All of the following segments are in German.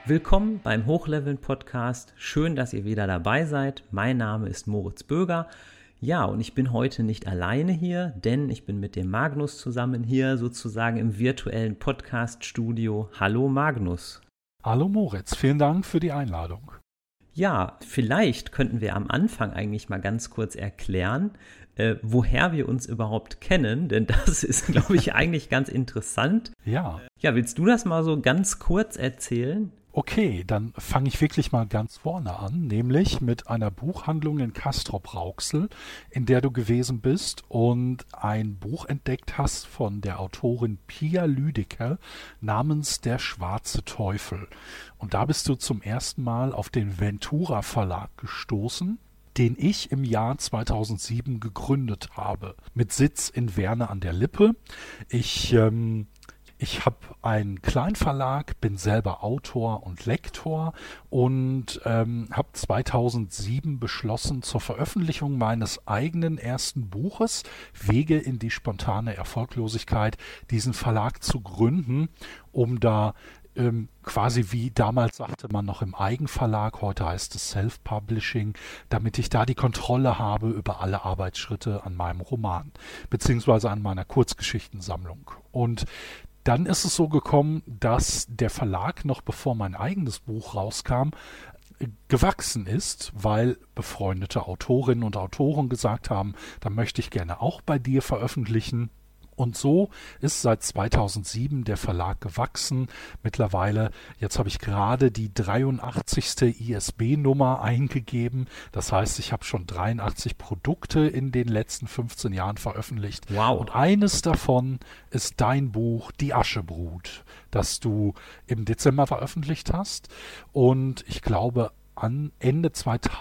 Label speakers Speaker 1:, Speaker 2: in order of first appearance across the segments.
Speaker 1: Willkommen beim Hochleveln-Podcast. Schön, dass ihr wieder dabei seid. Mein Name ist Moritz Böger. Ja, und ich bin heute nicht alleine hier, denn ich bin mit dem Magnus zusammen hier sozusagen im virtuellen Podcast-Studio. Hallo Magnus.
Speaker 2: Hallo Moritz, vielen Dank für die Einladung.
Speaker 1: Ja, vielleicht könnten wir am Anfang eigentlich mal ganz kurz erklären, woher wir uns überhaupt kennen, denn das ist, glaube ich, eigentlich ganz interessant.
Speaker 2: Ja.
Speaker 1: Ja, willst du das mal so ganz kurz erzählen?
Speaker 2: Okay, dann fange ich wirklich mal ganz vorne an, nämlich mit einer Buchhandlung in Castrop-Rauxel, in der du gewesen bist und ein Buch entdeckt hast von der Autorin Pia Lüdecke namens Der schwarze Teufel. Und da bist du zum ersten Mal auf den Ventura Verlag gestoßen, den ich im Jahr 2007 gegründet habe, mit Sitz in Werne an der Lippe. Ich habe einen Kleinverlag, bin selber Autor und Lektor und habe 2007 beschlossen, zur Veröffentlichung meines eigenen ersten Buches Wege in die spontane Erfolglosigkeit diesen Verlag zu gründen, um da quasi wie damals sagte man noch im Eigenverlag, heute heißt es Self-Publishing, damit ich da die Kontrolle habe über alle Arbeitsschritte an meinem Roman, beziehungsweise an meiner Kurzgeschichtensammlung. Und dann ist es so gekommen, dass der Verlag, noch bevor mein eigenes Buch rauskam, gewachsen ist, weil befreundete Autorinnen und Autoren gesagt haben, da möchte ich gerne auch bei dir veröffentlichen. Und so ist seit 2007 der Verlag gewachsen. Mittlerweile, jetzt habe ich gerade die 83. ISB-Nummer eingegeben. Das heißt, ich habe schon 83 Produkte in den letzten 15 Jahren veröffentlicht.
Speaker 1: Wow.
Speaker 2: Und eines davon ist dein Buch Die Aschebrut, das du im Dezember veröffentlicht hast. Und ich glaube, an Ende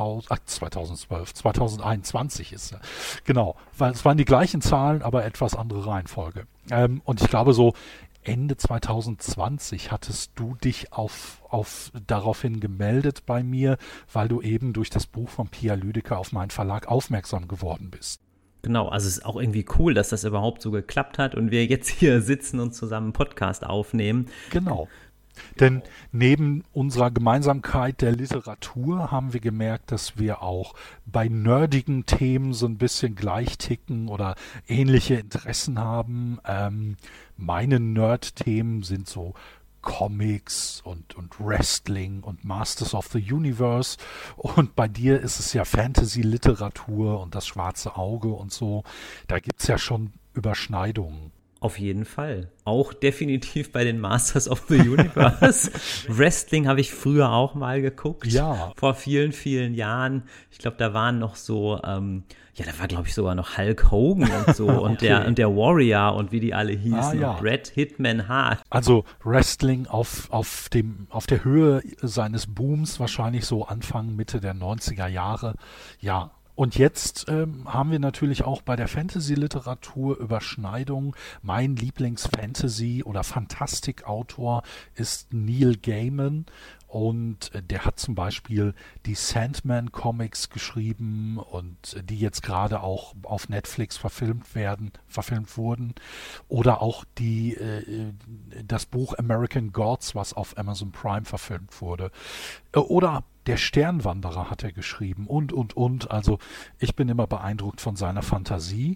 Speaker 2: 2021 ist er. Genau, weil es waren die gleichen Zahlen, aber etwas andere Reihenfolge. Und ich glaube so Ende 2020 hattest du dich daraufhin gemeldet bei mir, weil du eben durch das Buch von Pia Lüdecke auf meinen Verlag aufmerksam geworden bist.
Speaker 1: Genau, also es ist auch irgendwie cool, dass das überhaupt so geklappt hat und wir jetzt hier sitzen und zusammen einen Podcast aufnehmen.
Speaker 2: Genau. Denn neben unserer Gemeinsamkeit der Literatur haben wir gemerkt, dass wir auch bei nerdigen Themen so ein bisschen gleich ticken oder ähnliche Interessen haben. Meine Nerd-Themen sind so Comics und Wrestling und Masters of the Universe. Und bei dir ist es ja Fantasy-Literatur und das schwarze Auge und so. Da gibt's ja schon Überschneidungen.
Speaker 1: Auf jeden Fall. Auch definitiv bei den Masters of the Universe. Wrestling habe ich früher auch mal geguckt.
Speaker 2: Ja.
Speaker 1: Vor vielen, vielen Jahren. Ich glaube, da waren noch so, da war, glaube ich, sogar noch Hulk Hogan und so
Speaker 2: Okay.
Speaker 1: und der Warrior und wie die alle hießen.
Speaker 2: Ja.
Speaker 1: Und Bret Hitman Hart.
Speaker 2: Also Wrestling auf der Höhe seines Booms, wahrscheinlich so Anfang, Mitte der 90er Jahre. Ja. Und jetzt haben wir natürlich auch bei der Fantasy-Literatur Überschneidungen. Mein Lieblings-Fantasy- oder Fantastik-Autor ist Neil Gaiman. Und der hat zum Beispiel die Sandman-Comics geschrieben und die jetzt gerade auch auf Netflix verfilmt wurden. Oder auch das Buch American Gods, was auf Amazon Prime verfilmt wurde. Oder Der Sternwanderer hat er geschrieben und. Also ich bin immer beeindruckt von seiner Fantasie.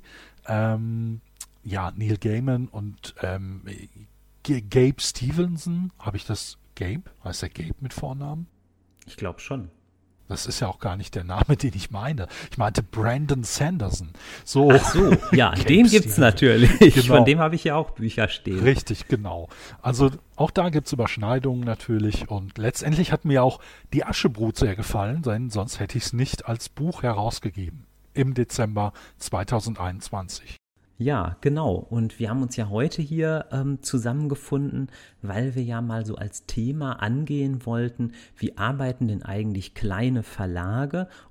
Speaker 2: Neil Gaiman und Gabe Stevenson, habe ich das Gabe? Heißt der Gabe mit Vornamen?
Speaker 1: Ich glaube schon.
Speaker 2: Das ist ja auch gar nicht der Name, den ich meine. Ich meinte Brandon Sanderson.
Speaker 1: Ach so, ja, den gibt's natürlich.
Speaker 2: Genau.
Speaker 1: Von dem habe ich ja auch Bücher stehen.
Speaker 2: Richtig, genau. Also auch da gibt's Überschneidungen natürlich. Und letztendlich hat mir auch Die Aschebrut sehr gefallen, denn sonst hätte ich es nicht als Buch herausgegeben. Im Dezember 2021.
Speaker 1: Ja, genau. Und wir haben uns ja heute hier zusammengefunden, weil wir ja mal so als Thema angehen wollten, wie arbeiten denn eigentlich kleine Verlage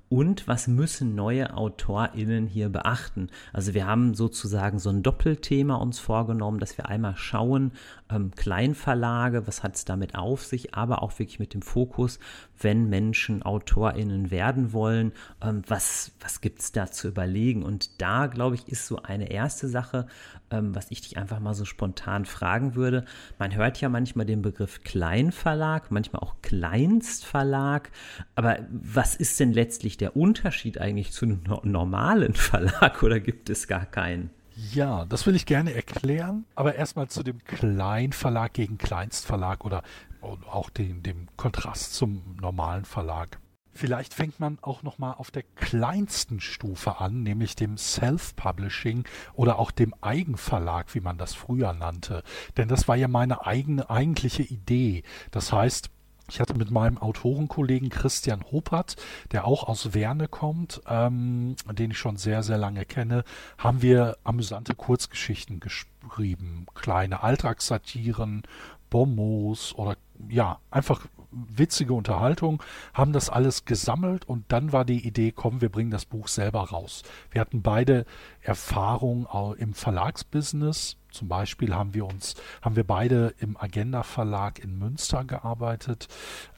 Speaker 1: und was müssen neue AutorInnen hier beachten. Also wir haben sozusagen so ein Doppelthema uns vorgenommen, dass wir einmal schauen, Kleinverlage, was hat es damit auf sich, aber auch wirklich mit dem Fokus, wenn Menschen AutorInnen werden wollen, was gibt es da zu überlegen? Und da, glaube ich, ist so eine erste Sache, was ich dich einfach mal so spontan fragen würde. Man hört ja manchmal den Begriff Kleinverlag, manchmal auch Kleinstverlag, aber was ist denn letztlich der Unterschied eigentlich zu einem normalen Verlag oder gibt es gar keinen?
Speaker 2: Ja, das will ich gerne erklären, aber erstmal zu dem Kleinverlag gegen Kleinstverlag oder auch dem Kontrast zum normalen Verlag. Vielleicht fängt man auch nochmal auf der kleinsten Stufe an, nämlich dem Self-Publishing oder auch dem Eigenverlag, wie man das früher nannte. Denn das war ja meine eigentliche Idee. Das heißt, ich hatte mit meinem Autorenkollegen Christian Hoppert, der auch aus Werne kommt, den ich schon sehr, sehr lange kenne, haben wir amüsante Kurzgeschichten geschrieben. Kleine Alltagssatiren, Bonmots oder ja, einfach witzige Unterhaltung, haben das alles gesammelt und dann war die Idee, komm, wir bringen das Buch selber raus. Wir hatten beide Erfahrung im Verlagsbusiness. Zum Beispiel haben wir beide im Agenda Verlag in Münster gearbeitet.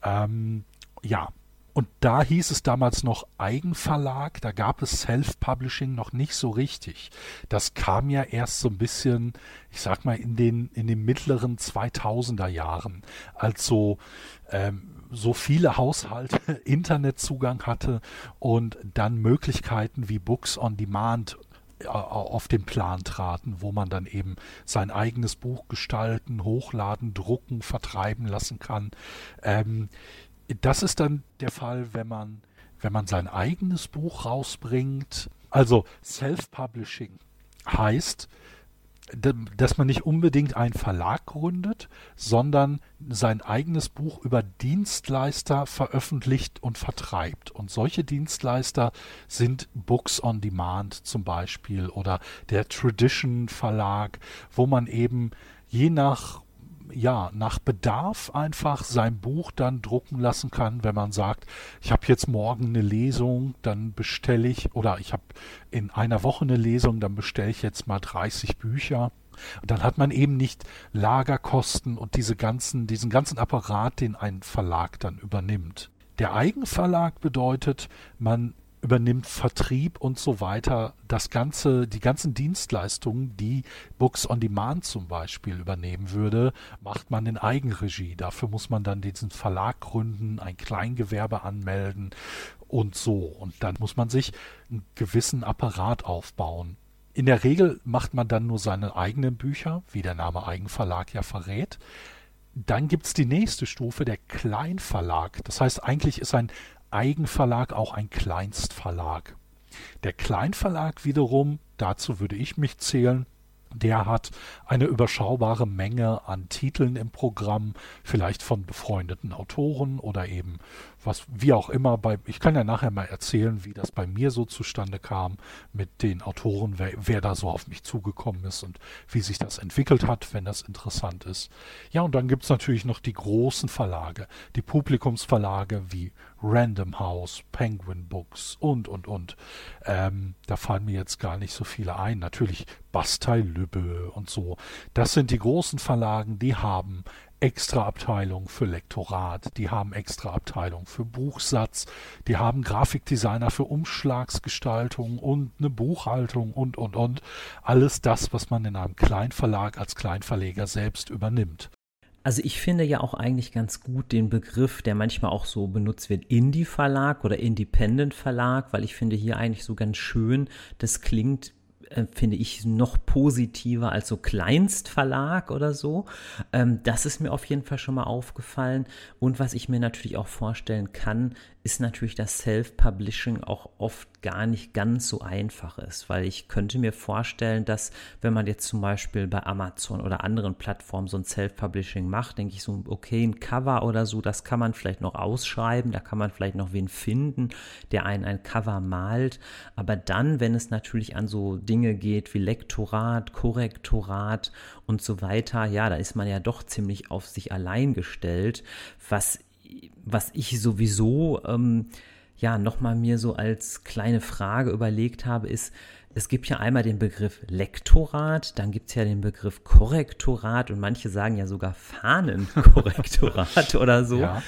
Speaker 2: Ja, und da hieß es damals noch Eigenverlag, da gab es Self-Publishing noch nicht so richtig. Das kam ja erst so ein bisschen, ich sag mal, in den mittleren 2000er Jahren, als so viele Haushalte Internetzugang hatte und dann Möglichkeiten wie Books on Demand auf den Plan traten, wo man dann eben sein eigenes Buch gestalten, hochladen, drucken, vertreiben lassen kann. Das ist dann der Fall, wenn man sein eigenes Buch rausbringt. Also Self-Publishing heißt, dass man nicht unbedingt einen Verlag gründet, sondern sein eigenes Buch über Dienstleister veröffentlicht und vertreibt. Und solche Dienstleister sind Books on Demand zum Beispiel oder der Tradition Verlag, wo man eben je nach Bedarf einfach sein Buch dann drucken lassen kann, wenn man sagt, ich habe jetzt morgen eine Lesung, dann bestelle ich, oder ich habe in einer Woche eine Lesung, dann bestelle ich jetzt mal 30 Bücher. Und dann hat man eben nicht Lagerkosten und diesen ganzen Apparat, den ein Verlag dann übernimmt. Der Eigenverlag bedeutet, man übernimmt Vertrieb und so weiter, die ganzen Dienstleistungen, die Books on Demand zum Beispiel übernehmen würde, macht man in Eigenregie. Dafür muss man dann diesen Verlag gründen, ein Kleingewerbe anmelden und so. Und dann muss man sich einen gewissen Apparat aufbauen. In der Regel macht man dann nur seine eigenen Bücher, wie der Name Eigenverlag ja verrät. Dann gibt's die nächste Stufe, der Kleinverlag. Das heißt, eigentlich ist ein Eigenverlag auch ein Kleinstverlag. Der Kleinverlag wiederum, dazu würde ich mich zählen, der hat eine überschaubare Menge an Titeln im Programm, vielleicht von befreundeten Autoren oder eben wie auch immer. Ich kann ja nachher mal erzählen, wie das bei mir so zustande kam mit den Autoren, wer da so auf mich zugekommen ist und wie sich das entwickelt hat, wenn das interessant ist. Ja, und dann gibt es natürlich noch die großen Verlage, die Publikumsverlage wie Random House, Penguin Books und. Da fallen mir jetzt gar nicht so viele ein. Natürlich Bastei-Lübbe und so. Das sind die großen Verlagen, die haben extra Abteilung für Lektorat, die haben extra Abteilung für Buchsatz, die haben Grafikdesigner für Umschlagsgestaltung und eine Buchhaltung und. Alles das, was man in einem Kleinverlag als Kleinverleger selbst übernimmt.
Speaker 1: Also ich finde ja auch eigentlich ganz gut den Begriff, der manchmal auch so benutzt wird, Indie-Verlag oder Independent-Verlag, weil ich finde hier eigentlich so ganz schön, das klingt, finde ich, noch positiver als so Kleinstverlag oder so. Das ist mir auf jeden Fall schon mal aufgefallen. Und was ich mir natürlich auch vorstellen kann, ist natürlich, dass Self-Publishing auch oft gar nicht ganz so einfach ist, weil ich könnte mir vorstellen, dass wenn man jetzt zum Beispiel bei Amazon oder anderen Plattformen so ein Self-Publishing macht, denke ich so, okay, ein Cover oder so, das kann man vielleicht noch ausschreiben, da kann man vielleicht noch wen finden, der ein Cover malt, aber dann, wenn es natürlich an so Dinge geht wie Lektorat, Korrektorat und so weiter, ja, da ist man ja doch ziemlich auf sich allein gestellt, was ich sowieso ja nochmal mir so als kleine Frage überlegt habe, ist, es gibt ja einmal den Begriff Lektorat, dann gibt es ja den Begriff Korrektorat und manche sagen ja sogar Fahnenkorrektorat oder so.
Speaker 2: Ja.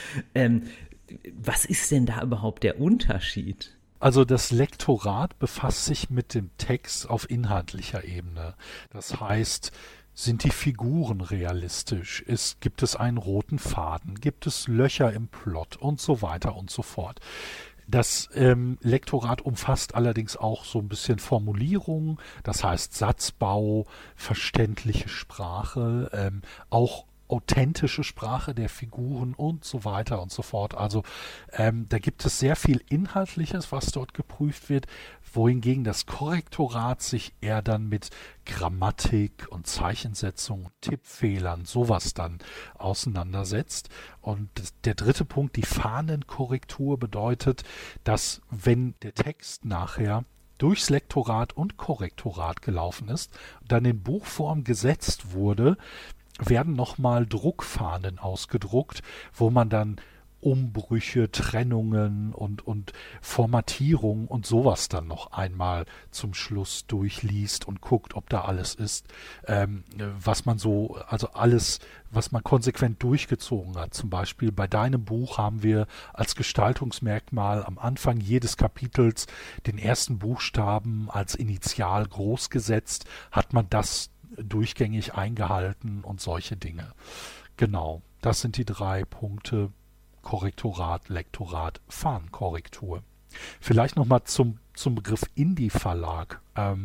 Speaker 1: Was ist denn da überhaupt der Unterschied?
Speaker 2: Also das Lektorat befasst sich mit dem Text auf inhaltlicher Ebene. Das heißt, sind die Figuren realistisch? Gibt es einen roten Faden? Gibt es Löcher im Plot? Und so weiter und so fort. Das Lektorat umfasst allerdings auch so ein bisschen Formulierung, das heißt Satzbau, verständliche Sprache, auch authentische Sprache der Figuren und so weiter und so fort. Also da gibt es sehr viel Inhaltliches, was dort geprüft wird, wohingegen das Korrektorat sich eher dann mit Grammatik und Zeichensetzung und Tippfehlern, sowas dann auseinandersetzt. Und der dritte Punkt, die Fahnenkorrektur, bedeutet, dass wenn der Text nachher durchs Lektorat und Korrektorat gelaufen ist, dann in Buchform gesetzt wurde, werden nochmal Druckfahnen ausgedruckt, wo man dann Umbrüche, Trennungen und Formatierung und sowas dann noch einmal zum Schluss durchliest und guckt, ob da alles ist, was man so, also alles, was man konsequent durchgezogen hat. Zum Beispiel bei deinem Buch haben wir als Gestaltungsmerkmal am Anfang jedes Kapitels den ersten Buchstaben als Initial groß gesetzt. Hat man das durchgängig eingehalten und solche Dinge. Genau, das sind die 3 Punkte: Korrektorat, Lektorat, Fahnenkorrektur. Vielleicht nochmal zum Begriff Indie-Verlag,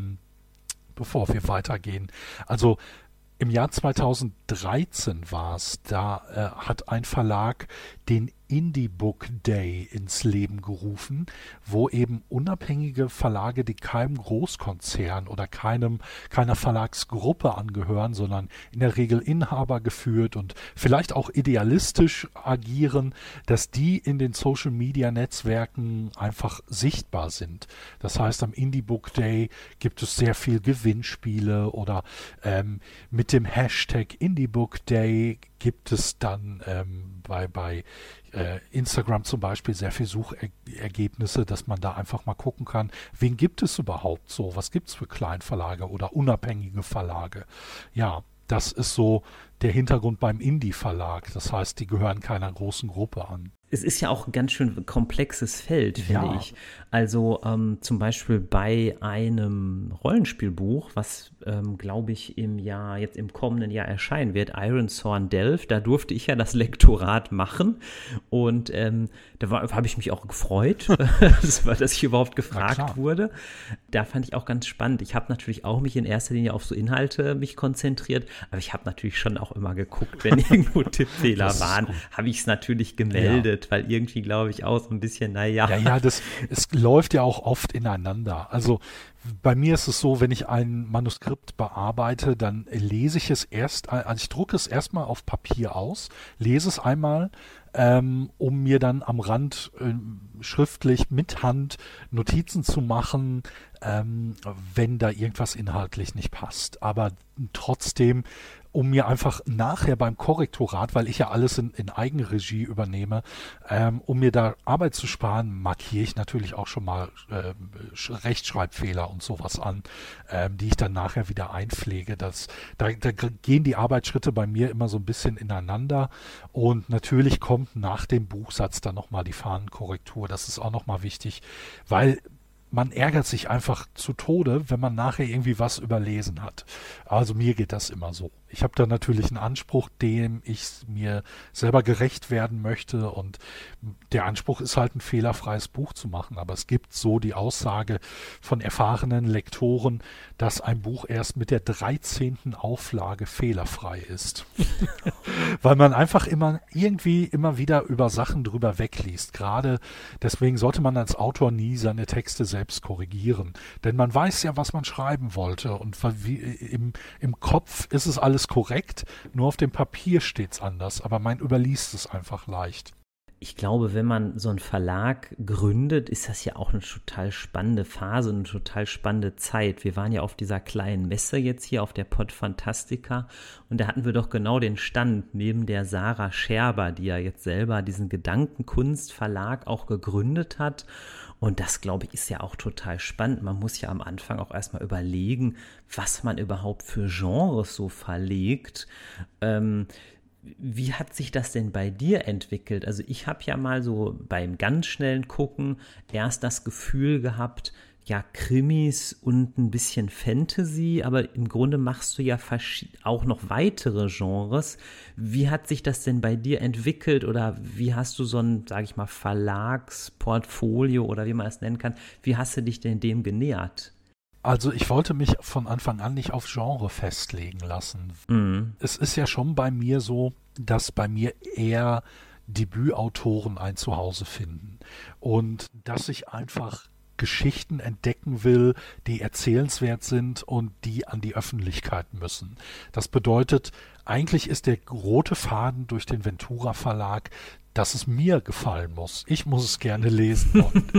Speaker 2: bevor wir weitergehen. Also im Jahr 2013 war es, da hat ein Verlag den Indie Book Day ins Leben gerufen, wo eben unabhängige Verlage, die keinem Großkonzern oder keiner Verlagsgruppe angehören, sondern in der Regel Inhaber geführt und vielleicht auch idealistisch agieren, dass die in den Social-Media-Netzwerken einfach sichtbar sind. Das heißt, am Indie Book Day gibt es sehr viel Gewinnspiele oder mit dem Hashtag Indie Book Day gibt es dann bei Instagram zum Beispiel sehr viel Suchergebnisse, dass man da einfach mal gucken kann, wen gibt es überhaupt so, was gibt es für Kleinverlage oder unabhängige Verlage. Ja, das ist so der Hintergrund beim Indie-Verlag. Das heißt, die gehören keiner großen Gruppe an.
Speaker 1: Es ist ja auch ein ganz schön komplexes Feld, finde ich. Also zum Beispiel bei einem Rollenspielbuch, was, glaube ich, jetzt im kommenden Jahr erscheinen wird, Ironsworn Delve, da durfte ich ja das Lektorat machen und da habe ich mich auch gefreut, dass ich überhaupt gefragt wurde. Da fand ich auch ganz spannend. Ich habe natürlich auch mich in erster Linie auf so Inhalte konzentriert, aber ich habe natürlich schon auch immer geguckt, wenn irgendwo Tippfehler waren, habe ich es natürlich gemeldet, weil irgendwie glaube ich auch so ein bisschen, naja.
Speaker 2: Ja, es läuft ja auch oft ineinander. Also bei mir ist es so, wenn ich ein Manuskript bearbeite, dann lese ich es ich drucke es erstmal auf Papier aus, lese es einmal, um mir dann am Rand schriftlich mit Hand Notizen zu machen, wenn da irgendwas inhaltlich nicht passt. Aber trotzdem, um mir einfach nachher beim Korrektorat, weil ich ja alles in Eigenregie übernehme, um mir da Arbeit zu sparen, markiere ich natürlich auch schon mal Rechtschreibfehler und sowas an, die ich dann nachher wieder einpflege. Da gehen die Arbeitsschritte bei mir immer so ein bisschen ineinander und natürlich kommt nach dem Buchsatz dann nochmal die Fahnenkorrektur. Das ist auch nochmal wichtig, weil man ärgert sich einfach zu Tode, wenn man nachher irgendwie was überlesen hat. Also mir geht das immer so. Ich habe da natürlich einen Anspruch, dem ich mir selber gerecht werden möchte und der Anspruch ist halt, ein fehlerfreies Buch zu machen. Aber es gibt so die Aussage von erfahrenen Lektoren, dass ein Buch erst mit der 13. Auflage fehlerfrei ist. Weil man einfach immer wieder über Sachen drüber wegliest. Gerade deswegen sollte man als Autor nie seine Texte selbst korrigieren. Denn man weiß ja, was man schreiben wollte und im Kopf ist es alles korrekt, nur auf dem Papier steht es anders, aber man überliest es einfach leicht.
Speaker 1: Ich glaube, wenn man so einen Verlag gründet, ist das ja auch eine total spannende Phase, eine total spannende Zeit. Wir waren ja auf dieser kleinen Messe jetzt hier auf der Podfantastica und da hatten wir doch genau den Stand neben der Sarah Scherber, die ja jetzt selber diesen Gedankenkunstverlag auch gegründet hat. Und das, glaube ich, ist ja auch total spannend. Man muss ja am Anfang auch erstmal überlegen, was man überhaupt für Genres so verlegt. Wie hat sich das denn bei dir entwickelt? Also ich habe ja mal so beim ganz schnellen Gucken erst das Gefühl gehabt, ja, Krimis und ein bisschen Fantasy, aber im Grunde machst du ja auch noch weitere Genres. Wie hat sich das denn bei dir entwickelt oder wie hast du so ein, sage ich mal, Verlagsportfolio oder wie man es nennen kann, wie hast du dich denn dem genähert?
Speaker 2: Also ich wollte mich von Anfang an nicht auf Genre festlegen lassen. Es ist ja schon bei mir so, dass bei mir eher Debütautoren ein Zuhause finden und dass ich einfach Geschichten entdecken will, die erzählenswert sind und die an die Öffentlichkeit müssen. Das bedeutet, eigentlich ist der rote Faden durch den Ventura Verlag, dass es mir gefallen muss. Ich muss es gerne lesen.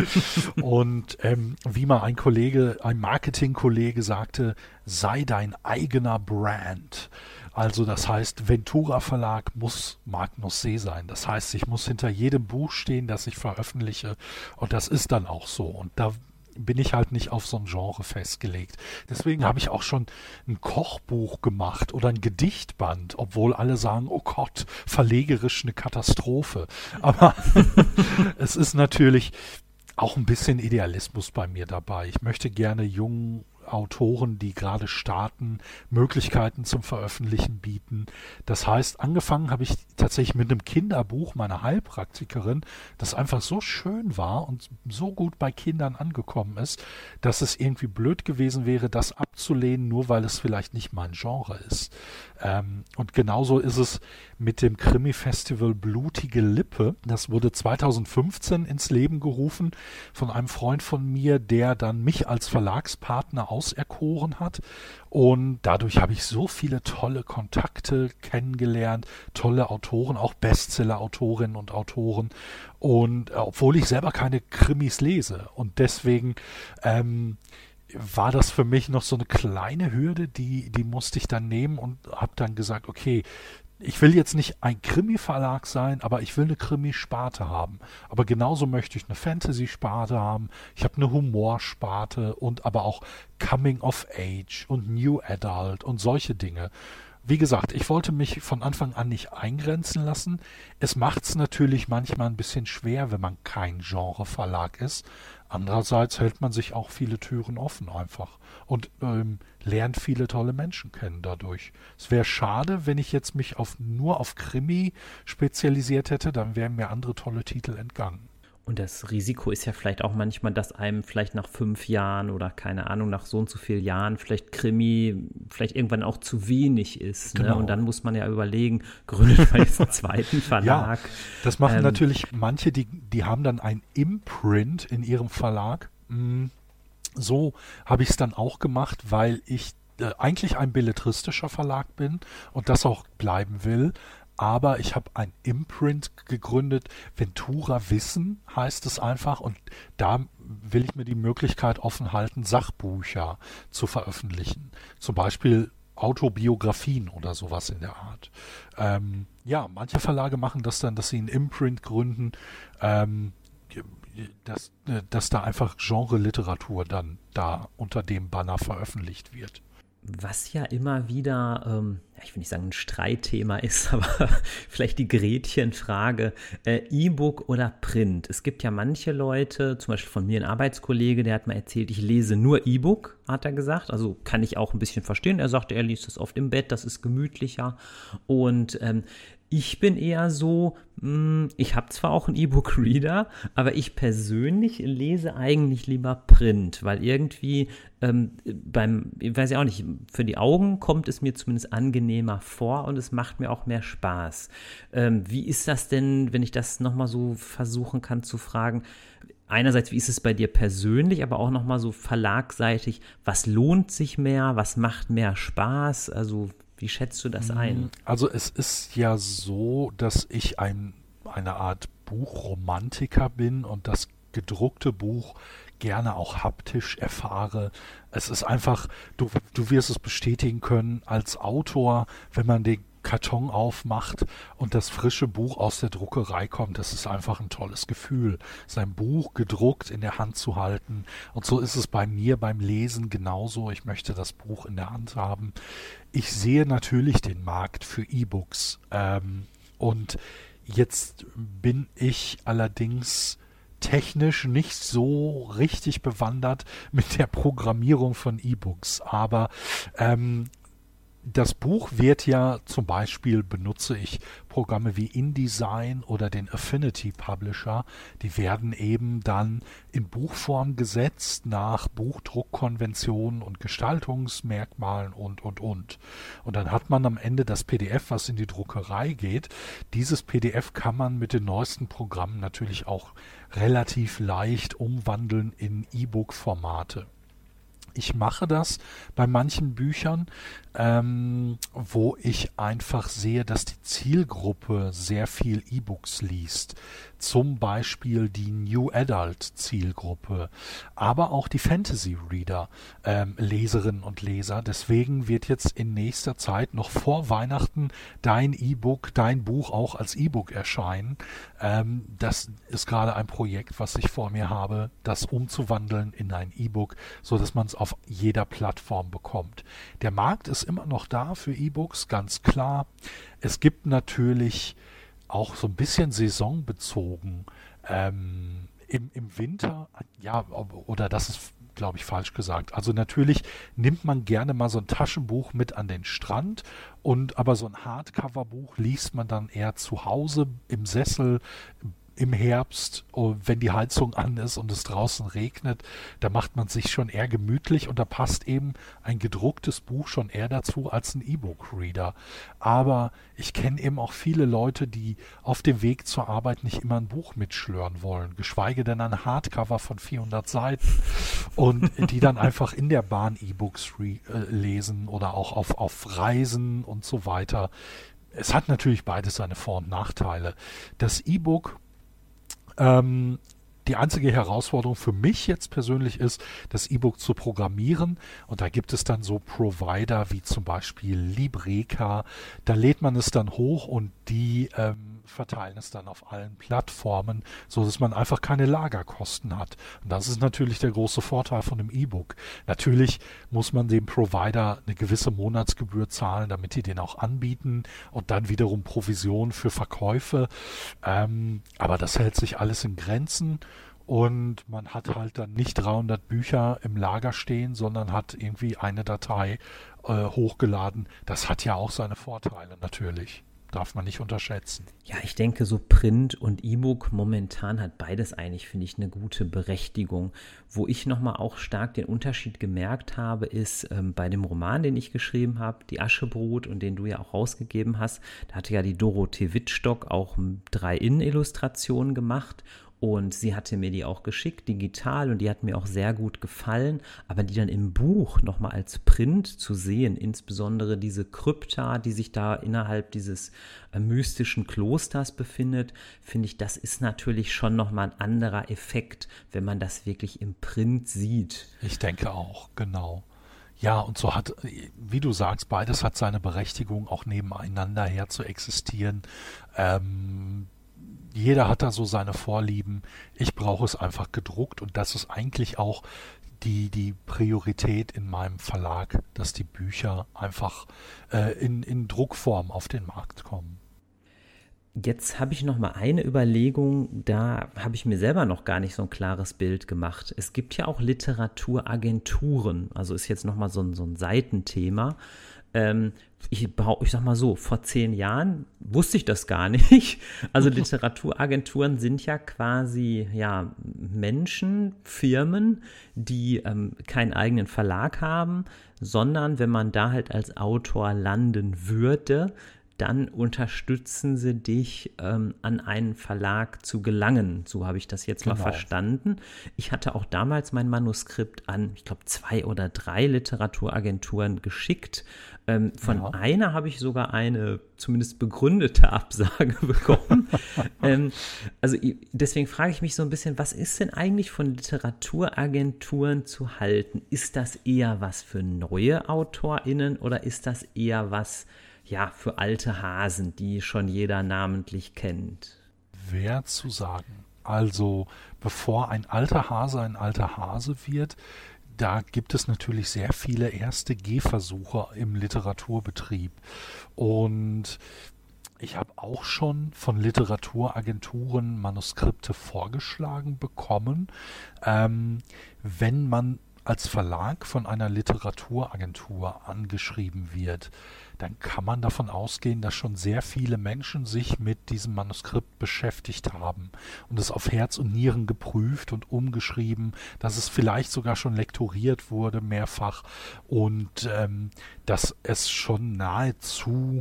Speaker 2: Und wie mal ein Marketingkollege sagte, sei dein eigener Brand. Also das heißt, Ventura Verlag muss Magnus See sein. Das heißt, ich muss hinter jedem Buch stehen, das ich veröffentliche. Und das ist dann auch so. Und da bin ich halt nicht auf so ein Genre festgelegt. Deswegen habe ich auch schon ein Kochbuch gemacht oder ein Gedichtband, obwohl alle sagen, oh Gott, verlegerisch eine Katastrophe. Aber es ist natürlich auch ein bisschen Idealismus bei mir dabei. Ich möchte gerne jungen Autoren, die gerade starten, Möglichkeiten zum Veröffentlichen bieten. Das heißt, angefangen habe ich tatsächlich mit einem Kinderbuch meiner Heilpraktikerin, das einfach so schön war und so gut bei Kindern angekommen ist, dass es irgendwie blöd gewesen wäre, das abzulehnen, nur weil es vielleicht nicht mein Genre ist. Und genauso ist es mit dem Krimi-Festival Blutige Lippe. Das wurde 2015 ins Leben gerufen von einem Freund von mir, der dann mich als Verlagspartner auserkoren hat. Und dadurch habe ich so viele tolle Kontakte kennengelernt, tolle Autoren, auch Bestseller-Autorinnen und Autoren. Und obwohl ich selber keine Krimis lese. Und deswegen war das für mich noch so eine kleine Hürde, die musste ich dann nehmen und habe dann gesagt, okay, ich will jetzt nicht ein Krimi-Verlag sein, aber ich will eine Krimi-Sparte haben. Aber genauso möchte ich eine Fantasy-Sparte haben. Ich habe eine Humorsparte und aber auch Coming of Age und New Adult und solche Dinge. Wie gesagt, ich wollte mich von Anfang an nicht eingrenzen lassen. Es macht es natürlich manchmal ein bisschen schwer, wenn man kein Genre-Verlag ist. Andererseits hält man sich auch viele Türen offen einfach und lernt viele tolle Menschen kennen dadurch. Es wäre schade, wenn ich jetzt mich nur auf Krimi spezialisiert hätte, dann wären mir andere tolle Titel entgangen.
Speaker 1: Und das Risiko ist ja vielleicht auch manchmal, dass einem vielleicht nach 5 Jahren oder keine Ahnung, nach so und so vielen Jahren vielleicht Krimi vielleicht irgendwann auch zu wenig ist.
Speaker 2: Genau.
Speaker 1: Ne? Und dann muss man ja überlegen, gründet man jetzt einen zweiten Verlag?
Speaker 2: Ja, das machen natürlich manche, die haben dann ein Imprint in ihrem Verlag. So habe ich es dann auch gemacht, weil ich eigentlich ein belletristischer Verlag bin und das auch bleiben will. Aber ich habe ein Imprint gegründet, Ventura Wissen heißt es einfach, und da will ich mir die Möglichkeit offen halten, Sachbücher zu veröffentlichen. Zum Beispiel Autobiografien oder sowas in der Art. Ja, manche Verlage machen das dann, dass sie ein Imprint gründen, dass da einfach Genre-Literatur dann da unter dem Banner veröffentlicht wird.
Speaker 1: Was ja immer wieder, ich will nicht sagen ein Streitthema ist, aber vielleicht die Gretchenfrage, E-Book oder Print. Es gibt ja manche Leute, zum Beispiel von mir ein Arbeitskollege, der hat mal erzählt, ich lese nur E-Book, hat er gesagt. Also kann ich auch ein bisschen verstehen. Er sagte, er liest das oft im Bett, das ist gemütlicher. Und ich bin eher so, ich habe zwar auch einen E-Book-Reader, aber ich persönlich lese eigentlich lieber Print, weil irgendwie ich weiß ja auch nicht, für die Augen kommt es mir zumindest angenehmer vor und es macht mir auch mehr Spaß. Wie ist das denn, wenn ich das nochmal so versuchen kann zu fragen? Einerseits, wie ist es bei dir persönlich, aber auch nochmal so verlagseitig, was lohnt sich mehr, was macht mehr Spaß? Also wie schätzt du das ein?
Speaker 2: Also es ist ja so, dass ich eine Art Buchromantiker bin und das gedruckte Buch gerne auch haptisch erfahre. Es ist einfach, du wirst es bestätigen können als Autor, wenn man den Karton aufmacht und das frische Buch aus der Druckerei kommt, das ist einfach ein tolles Gefühl, sein Buch gedruckt in der Hand zu halten. Und so ist es bei mir beim Lesen genauso. Ich möchte das Buch in der Hand haben. Ich sehe natürlich den Markt für E-Books. Und jetzt bin ich allerdings technisch nicht so richtig bewandert mit der Programmierung von E-Books. Aber das Buch wird ja zum Beispiel, benutze ich Programme wie InDesign oder den Affinity Publisher, die werden eben dann in Buchform gesetzt nach Buchdruckkonventionen und Gestaltungsmerkmalen und. Und dann hat man am Ende das PDF, was in die Druckerei geht. Dieses PDF kann man mit den neuesten Programmen natürlich auch relativ leicht umwandeln in E-Book-Formate. Ich mache das bei manchen Büchern, wo ich einfach sehe, dass die Zielgruppe sehr viel E-Books liest. Zum Beispiel die New Adult Zielgruppe, aber auch die Fantasy Reader, Leserinnen und Leser. Deswegen wird jetzt in nächster Zeit noch vor Weihnachten dein E-Book, dein Buch auch als E-Book erscheinen. Das ist gerade ein Projekt, was ich vor mir habe, das umzuwandeln in ein E-Book, so dass man es auf jeder Plattform bekommt. Der Markt ist immer noch da für E-Books, ganz klar. Es gibt natürlich auch so ein bisschen saisonbezogen im Winter, ja, oder das ist, glaube ich, falsch gesagt. Also natürlich nimmt man gerne mal so ein Taschenbuch mit an den Strand aber so ein Hardcover-Buch liest man dann eher zu Hause im Sessel im Herbst, wenn die Heizung an ist und es draußen regnet, da macht man sich schon eher gemütlich und da passt eben ein gedrucktes Buch schon eher dazu als ein E-Book-Reader. Aber ich kenne eben auch viele Leute, die auf dem Weg zur Arbeit nicht immer ein Buch mitschlören wollen, geschweige denn ein Hardcover von 400 Seiten und die dann einfach in der Bahn E-Books lesen oder auch auf Reisen und so weiter. Es hat natürlich beides seine Vor- und Nachteile. Das E-Book, die einzige Herausforderung für mich jetzt persönlich ist, das E-Book zu programmieren. Und da gibt es dann so Provider wie zum Beispiel Libreka. Da lädt man es dann hoch und die verteilen es dann auf allen Plattformen, so dass man einfach keine Lagerkosten hat. Und das ist natürlich der große Vorteil von dem E-Book. Natürlich muss man dem Provider eine gewisse Monatsgebühr zahlen, damit die den auch anbieten und dann wiederum Provision für Verkäufe. Aber das hält sich alles in Grenzen. Und man hat halt dann nicht 300 Bücher im Lager stehen, sondern hat irgendwie eine Datei hochgeladen. Das hat ja auch seine Vorteile natürlich. Darf man nicht unterschätzen.
Speaker 1: Ja, ich denke, so Print und E-Book momentan hat beides eigentlich, finde ich, eine gute Berechtigung. Wo ich nochmal auch stark den Unterschied gemerkt habe, ist bei dem Roman, den ich geschrieben habe, Die Aschebrut und den du ja auch rausgegeben hast, da hatte ja die Dorothee Wittstock auch 3 Innenillustrationen gemacht. Und sie hatte mir die auch geschickt, digital, und die hat mir auch sehr gut gefallen, aber die dann im Buch nochmal als Print zu sehen, insbesondere diese Krypta, die sich da innerhalb dieses mystischen Klosters befindet, finde ich, das ist natürlich schon nochmal ein anderer Effekt, wenn man das wirklich im Print sieht.
Speaker 2: Ich denke auch, genau. Ja, und so hat, wie du sagst, beides hat seine Berechtigung, auch nebeneinander her zu existieren. Jeder hat da so seine Vorlieben. Ich brauche es einfach gedruckt und das ist eigentlich auch die Priorität in meinem Verlag, dass die Bücher einfach in Druckform auf den Markt kommen.
Speaker 1: Jetzt habe ich noch mal eine Überlegung, da habe ich mir selber noch gar nicht so ein klares Bild gemacht. Es gibt ja auch Literaturagenturen, also ist jetzt noch mal so ein Seitenthema. Ich sag mal so, vor 10 Jahren wusste ich das gar nicht. Also Literaturagenturen sind ja quasi Menschen, Firmen, die keinen eigenen Verlag haben, sondern wenn man da halt als Autor landen würde, dann unterstützen sie dich, an einen Verlag zu gelangen. So habe ich das jetzt mal verstanden. Ich hatte auch damals mein Manuskript an, ich glaube, 2 oder 3 Literaturagenturen geschickt. Von einer habe ich sogar eine zumindest begründete Absage bekommen. Also deswegen frage ich mich so ein bisschen, was ist denn eigentlich von Literaturagenturen zu halten? Ist das eher was für neue AutorInnen oder ist das eher was für alte Hasen, die schon jeder namentlich kennt?
Speaker 2: Schwer zu sagen. Also bevor ein alter Hase wird, da gibt es natürlich sehr viele erste Gehversuche im Literaturbetrieb. Und ich habe auch schon von Literaturagenturen Manuskripte vorgeschlagen bekommen. Wenn man als Verlag von einer Literaturagentur angeschrieben wird, dann kann man davon ausgehen, dass schon sehr viele Menschen sich mit diesem Manuskript beschäftigt haben und es auf Herz und Nieren geprüft und umgeschrieben, dass es vielleicht sogar schon lektoriert wurde mehrfach und dass es schon nahezu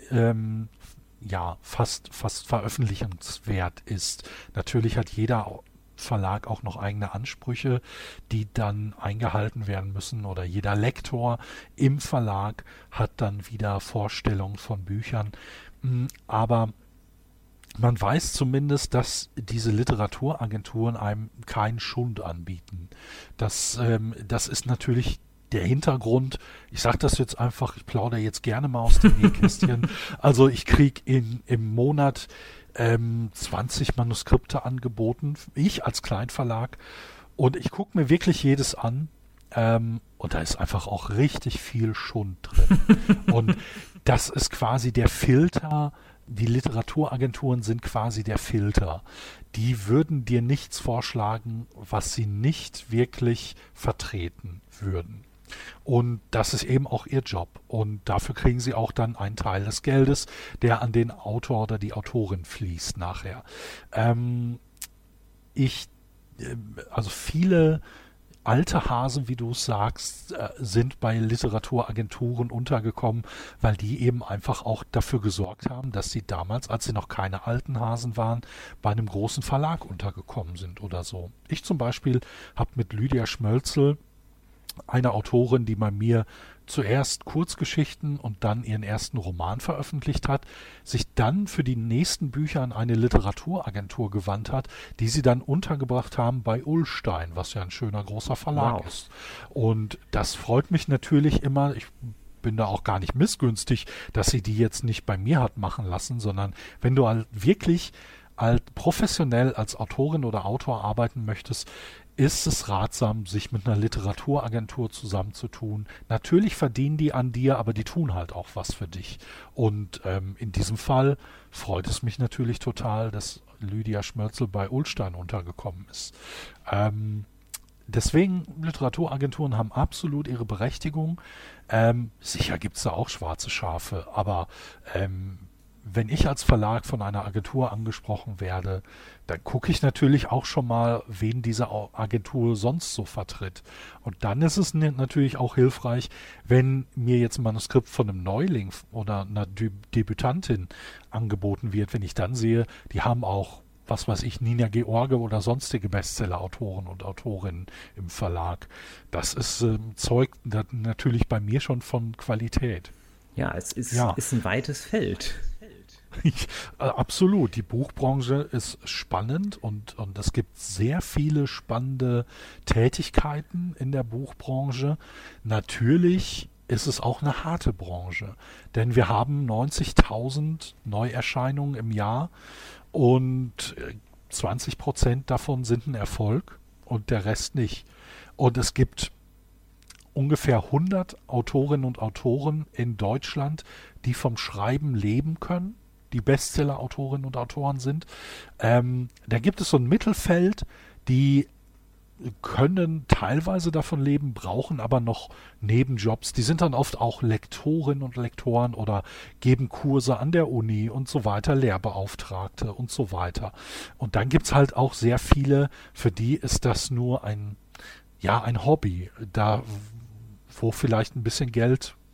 Speaker 2: fast veröffentlichungswert ist. Natürlich hat jeder Verlag auch noch eigene Ansprüche, die dann eingehalten werden müssen, oder jeder Lektor im Verlag hat dann wieder Vorstellungen von Büchern. Aber man weiß zumindest, dass diese Literaturagenturen einem keinen Schund anbieten. Das ist natürlich der Hintergrund. Ich sage das jetzt einfach, ich plaudere jetzt gerne mal aus dem Nähkästchen. Also ich kriege im Monat 20 Manuskripte angeboten, ich als Kleinverlag, und ich gucke mir wirklich jedes an, und da ist einfach auch richtig viel Schund drin. Und das ist quasi der Filter, die Literaturagenturen sind quasi der Filter. Die würden dir nichts vorschlagen, was sie nicht wirklich vertreten würden. Und das ist eben auch ihr Job. Und dafür kriegen sie auch dann einen Teil des Geldes, der an den Autor oder die Autorin fließt nachher. Also viele alte Hasen, wie du es sagst, sind bei Literaturagenturen untergekommen, weil die eben einfach auch dafür gesorgt haben, dass sie damals, als sie noch keine alten Hasen waren, bei einem großen Verlag untergekommen sind oder so. Ich zum Beispiel habe mit Lydia Schmölzel, eine Autorin, die bei mir zuerst Kurzgeschichten und dann ihren ersten Roman veröffentlicht hat, sich dann für die nächsten Bücher an eine Literaturagentur gewandt hat, die sie dann untergebracht haben bei Ullstein, was ja ein schöner großer Verlag ist. Und das freut mich natürlich immer. Ich bin da auch gar nicht missgünstig, dass sie die jetzt nicht bei mir hat machen lassen, sondern wenn du halt wirklich professionell als Autorin oder Autor arbeiten möchtest, ist es ratsam, sich mit einer Literaturagentur zusammenzutun. Natürlich verdienen die an dir, aber die tun halt auch was für dich. Und in diesem Fall freut es mich natürlich total, dass Lydia Schmölzel bei Ullstein untergekommen ist. Deswegen, Literaturagenturen haben absolut ihre Berechtigung. Sicher gibt es da auch schwarze Schafe, aber wenn ich als Verlag von einer Agentur angesprochen werde, dann gucke ich natürlich auch schon mal, wen diese Agentur sonst so vertritt. Und dann ist es natürlich auch hilfreich, wenn mir jetzt ein Manuskript von einem Neuling oder einer Debütantin angeboten wird, wenn ich dann sehe, die haben auch, was weiß ich, Nina George oder sonstige Bestseller-Autoren und Autorinnen im Verlag. Das ist zeugt natürlich bei mir schon von Qualität.
Speaker 1: Ja, es ist ein weites Feld.
Speaker 2: Absolut. Die Buchbranche ist spannend und es gibt sehr viele spannende Tätigkeiten in der Buchbranche. Natürlich ist es auch eine harte Branche, denn wir haben 90.000 Neuerscheinungen im Jahr und 20% davon sind ein Erfolg und der Rest nicht. Und es gibt ungefähr 100 Autorinnen und Autoren in Deutschland, die vom Schreiben leben können, die Bestseller-Autorinnen und Autoren sind. Da gibt es so ein Mittelfeld, die können teilweise davon leben, brauchen aber noch Nebenjobs. Die sind dann oft auch Lektorinnen und Lektoren oder geben Kurse an der Uni und so weiter, Lehrbeauftragte und so weiter. Und dann gibt es halt auch sehr viele, für die ist das nur ein Hobby, da wo vielleicht ein bisschen Geld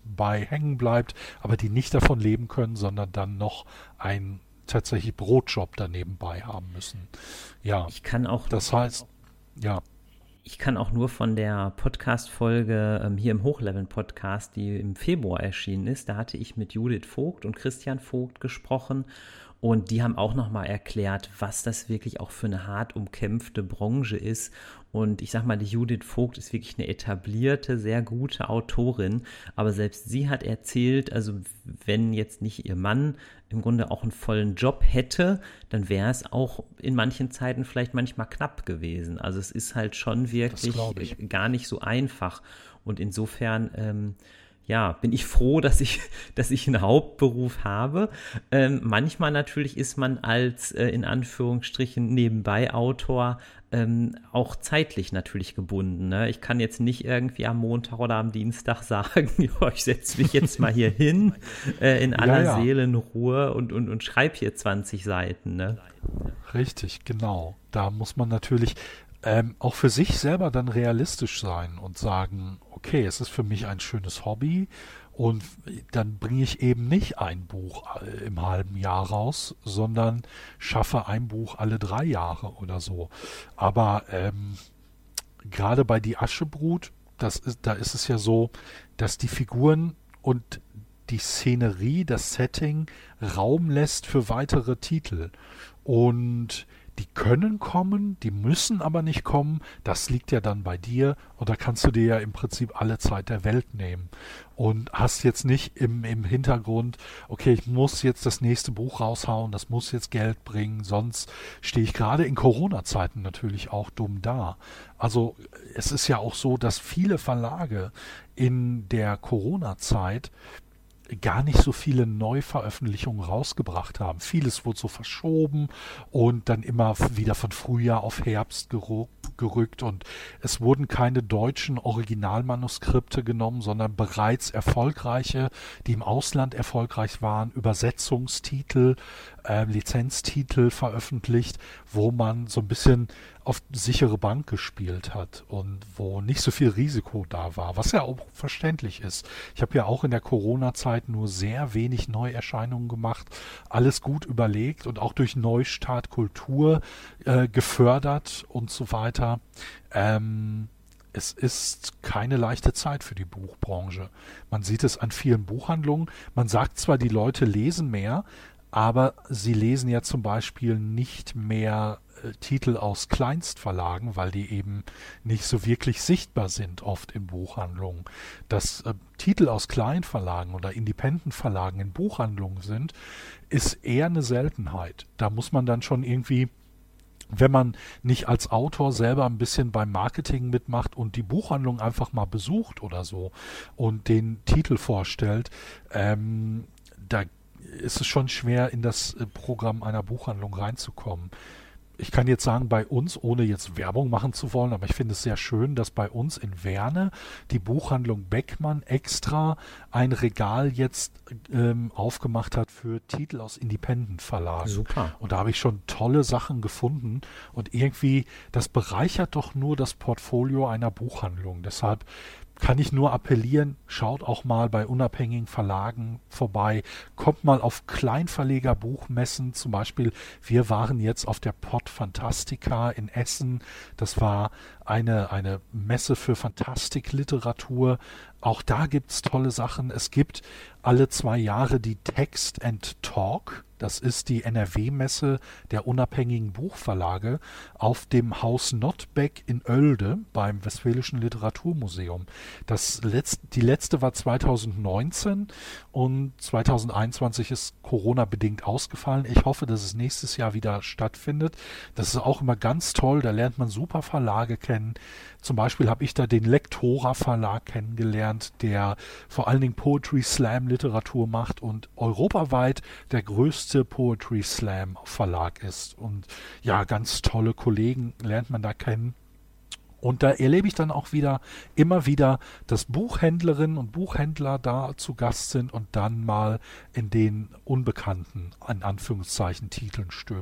Speaker 2: bei hängen bleibt, aber die nicht davon leben können, sondern dann noch einen tatsächlich Brotjob daneben bei haben müssen. Ja,
Speaker 1: Ich kann auch
Speaker 2: das heißt, ja,
Speaker 1: Ich kann auch nur von der Podcast-Folge hier im Hochleveln-Podcast, die im Februar erschienen ist, da hatte ich mit Judith Vogt und Christian Vogt gesprochen und die haben auch nochmal erklärt, was das wirklich auch für eine hart umkämpfte Branche ist. Und ich sag mal, die Judith Vogt ist wirklich eine etablierte, sehr gute Autorin, aber selbst sie hat erzählt, also wenn jetzt nicht ihr Mann im Grunde auch einen vollen Job hätte, dann wäre es auch in manchen Zeiten vielleicht manchmal knapp gewesen. Also es ist halt schon wirklich gar nicht so einfach. Und insofern, ja, bin ich froh, dass ich einen Hauptberuf habe. Manchmal natürlich ist man als in Anführungsstrichen nebenbei Autor auch zeitlich natürlich gebunden. Ne? Ich kann jetzt nicht irgendwie am Montag oder am Dienstag sagen, jo, ich setze mich jetzt mal hier hin in aller Seelenruhe und schreibe hier 20 Seiten. Ne?
Speaker 2: Richtig, genau. Da muss man natürlich auch für sich selber dann realistisch sein und sagen, okay, es ist für mich ein schönes Hobby und dann bringe ich eben nicht ein Buch im halben Jahr raus, sondern schaffe ein Buch alle 3 Jahre oder so. Aber gerade bei Die Aschebrut, da ist es ja so, dass die Figuren und die Szenerie, das Setting Raum lässt für weitere Titel. Und die können kommen, die müssen aber nicht kommen. Das liegt ja dann bei dir und da kannst du dir ja im Prinzip alle Zeit der Welt nehmen. Und hast jetzt nicht im Hintergrund, okay, ich muss jetzt das nächste Buch raushauen, das muss jetzt Geld bringen, sonst stehe ich gerade in Corona-Zeiten natürlich auch dumm da. Also es ist ja auch so, dass viele Verlage in der Corona-Zeit gar nicht so viele Neuveröffentlichungen rausgebracht haben. Vieles wurde so verschoben und dann immer wieder von Frühjahr auf Herbst gerückt und es wurden keine deutschen Originalmanuskripte genommen, sondern bereits erfolgreiche, die im Ausland erfolgreich waren, Übersetzungstitel, Lizenztitel veröffentlicht, wo man so ein bisschen auf sichere Bank gespielt hat und wo nicht so viel Risiko da war, was ja auch verständlich ist. Ich habe ja auch in der Corona-Zeit nur sehr wenig Neuerscheinungen gemacht, alles gut überlegt und auch durch Neustart Kultur gefördert und so weiter. Es ist keine leichte Zeit für die Buchbranche. Man sieht es an vielen Buchhandlungen. Man sagt zwar, die Leute lesen mehr, aber sie lesen ja zum Beispiel nicht mehr Titel aus Kleinstverlagen, weil die eben nicht so wirklich sichtbar sind, oft in Buchhandlungen. Dass Titel aus Kleinverlagen oder Independent-Verlagen in Buchhandlungen sind, ist eher eine Seltenheit. Da muss man dann schon irgendwie, wenn man nicht als Autor selber ein bisschen beim Marketing mitmacht und die Buchhandlung einfach mal besucht oder so und den Titel vorstellt, da ist es schon schwer, in das Programm einer Buchhandlung reinzukommen. Ich kann jetzt sagen, bei uns, ohne jetzt Werbung machen zu wollen, aber ich finde es sehr schön, dass bei uns in Werne die Buchhandlung Beckmann extra ein Regal jetzt aufgemacht hat für Titel aus Independent-Verlagen.
Speaker 1: Super.
Speaker 2: Und da habe ich schon tolle Sachen gefunden und irgendwie, das bereichert doch nur das Portfolio einer Buchhandlung. Deshalb kann ich nur appellieren, schaut auch mal bei unabhängigen Verlagen vorbei, kommt mal auf Kleinverleger-Buchmessen, zum Beispiel, wir waren jetzt auf der Pod Fantastica in Essen, das war eine Messe für Fantastikliteratur, auch da gibt's tolle Sachen, es gibt alle 2 Jahre die Text and Talk, das ist die NRW-Messe der unabhängigen Buchverlage auf dem Haus Nottbeck in Oelde beim Westfälischen Literaturmuseum. Die letzte war 2019 und 2021 ist Corona-bedingt ausgefallen. Ich hoffe, dass es nächstes Jahr wieder stattfindet. Das ist auch immer ganz toll, da lernt man super Verlage kennen. Zum Beispiel habe ich da den Lektora Verlag kennengelernt, der vor allen Dingen Poetry Slam Literatur macht und europaweit der größte Poetry Slam Verlag ist. Und ja, ganz tolle Kollegen lernt man da kennen. Und da erlebe ich dann auch immer wieder, dass Buchhändlerinnen und Buchhändler da zu Gast sind und dann mal in den unbekannten, in Anführungszeichen, Titeln stöbern.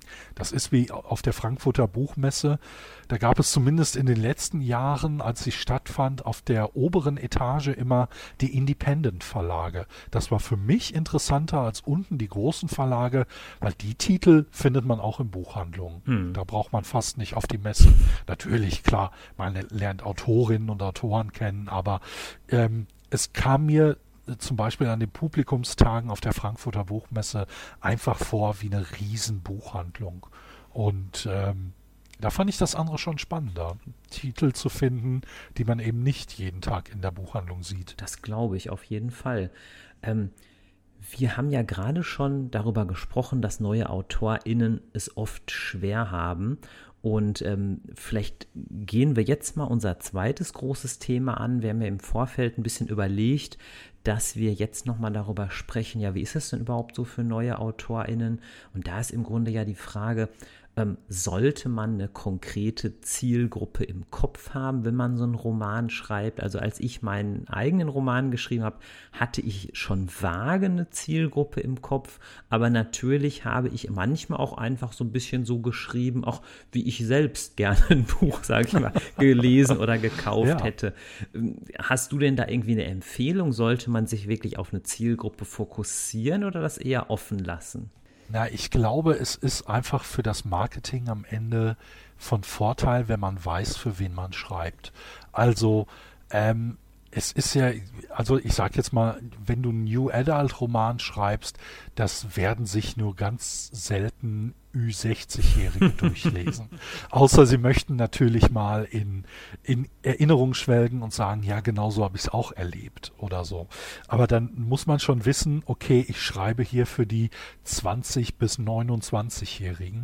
Speaker 2: Das ist wie auf der Frankfurter Buchmesse. Da gab es zumindest in den letzten Jahren, als sie stattfand, auf der oberen Etage immer die Independent-Verlage. Das war für mich interessanter als unten die großen Verlage, weil die Titel findet man auch in Buchhandlungen. Da braucht man fast nicht auf die Messe. Natürlich, klar, man lernt Autorinnen und Autoren kennen, aber es kam mir zum Beispiel an den Publikumstagen auf der Frankfurter Buchmesse einfach vor wie eine Riesenbuchhandlung. Und da fand ich das andere schon spannender, Titel zu finden, die man eben nicht jeden Tag in der Buchhandlung sieht.
Speaker 1: Das glaube ich auf jeden Fall. Wir haben ja gerade schon darüber gesprochen, dass neue AutorInnen es oft schwer haben. Und vielleicht gehen wir jetzt mal unser zweites großes Thema an. Wir haben ja im Vorfeld ein bisschen überlegt, dass wir jetzt nochmal darüber sprechen, ja, wie ist es denn überhaupt so für neue AutorInnen? Und da ist im Grunde ja die Frage, sollte man eine konkrete Zielgruppe im Kopf haben, wenn man so einen Roman schreibt? Also als ich meinen eigenen Roman geschrieben habe, hatte ich schon vage eine Zielgruppe im Kopf, aber natürlich habe ich manchmal auch einfach so ein bisschen so geschrieben, auch wie ich selbst gerne ein Buch, sage ich mal, gelesen oder gekauft hätte. Hast du denn da irgendwie eine Empfehlung? Sollte man sich wirklich auf eine Zielgruppe fokussieren oder das eher offen lassen?
Speaker 2: Na, ich glaube, es ist einfach für das Marketing am Ende von Vorteil, wenn man weiß, für wen man schreibt. Also, es ist ja, also ich sag jetzt mal, wenn du einen New Adult Roman schreibst, das werden sich nur ganz selten Ü60-Jährige durchlesen. Außer sie möchten natürlich mal in Erinnerung schwelgen und sagen, ja, genau so habe ich es auch erlebt oder so. Aber dann muss man schon wissen, okay, ich schreibe hier für die 20- bis 29-Jährigen.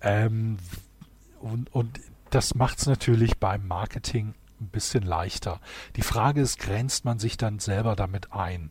Speaker 2: Und das macht es natürlich beim Marketing ein bisschen leichter. Die Frage ist, grenzt man sich dann selber damit ein?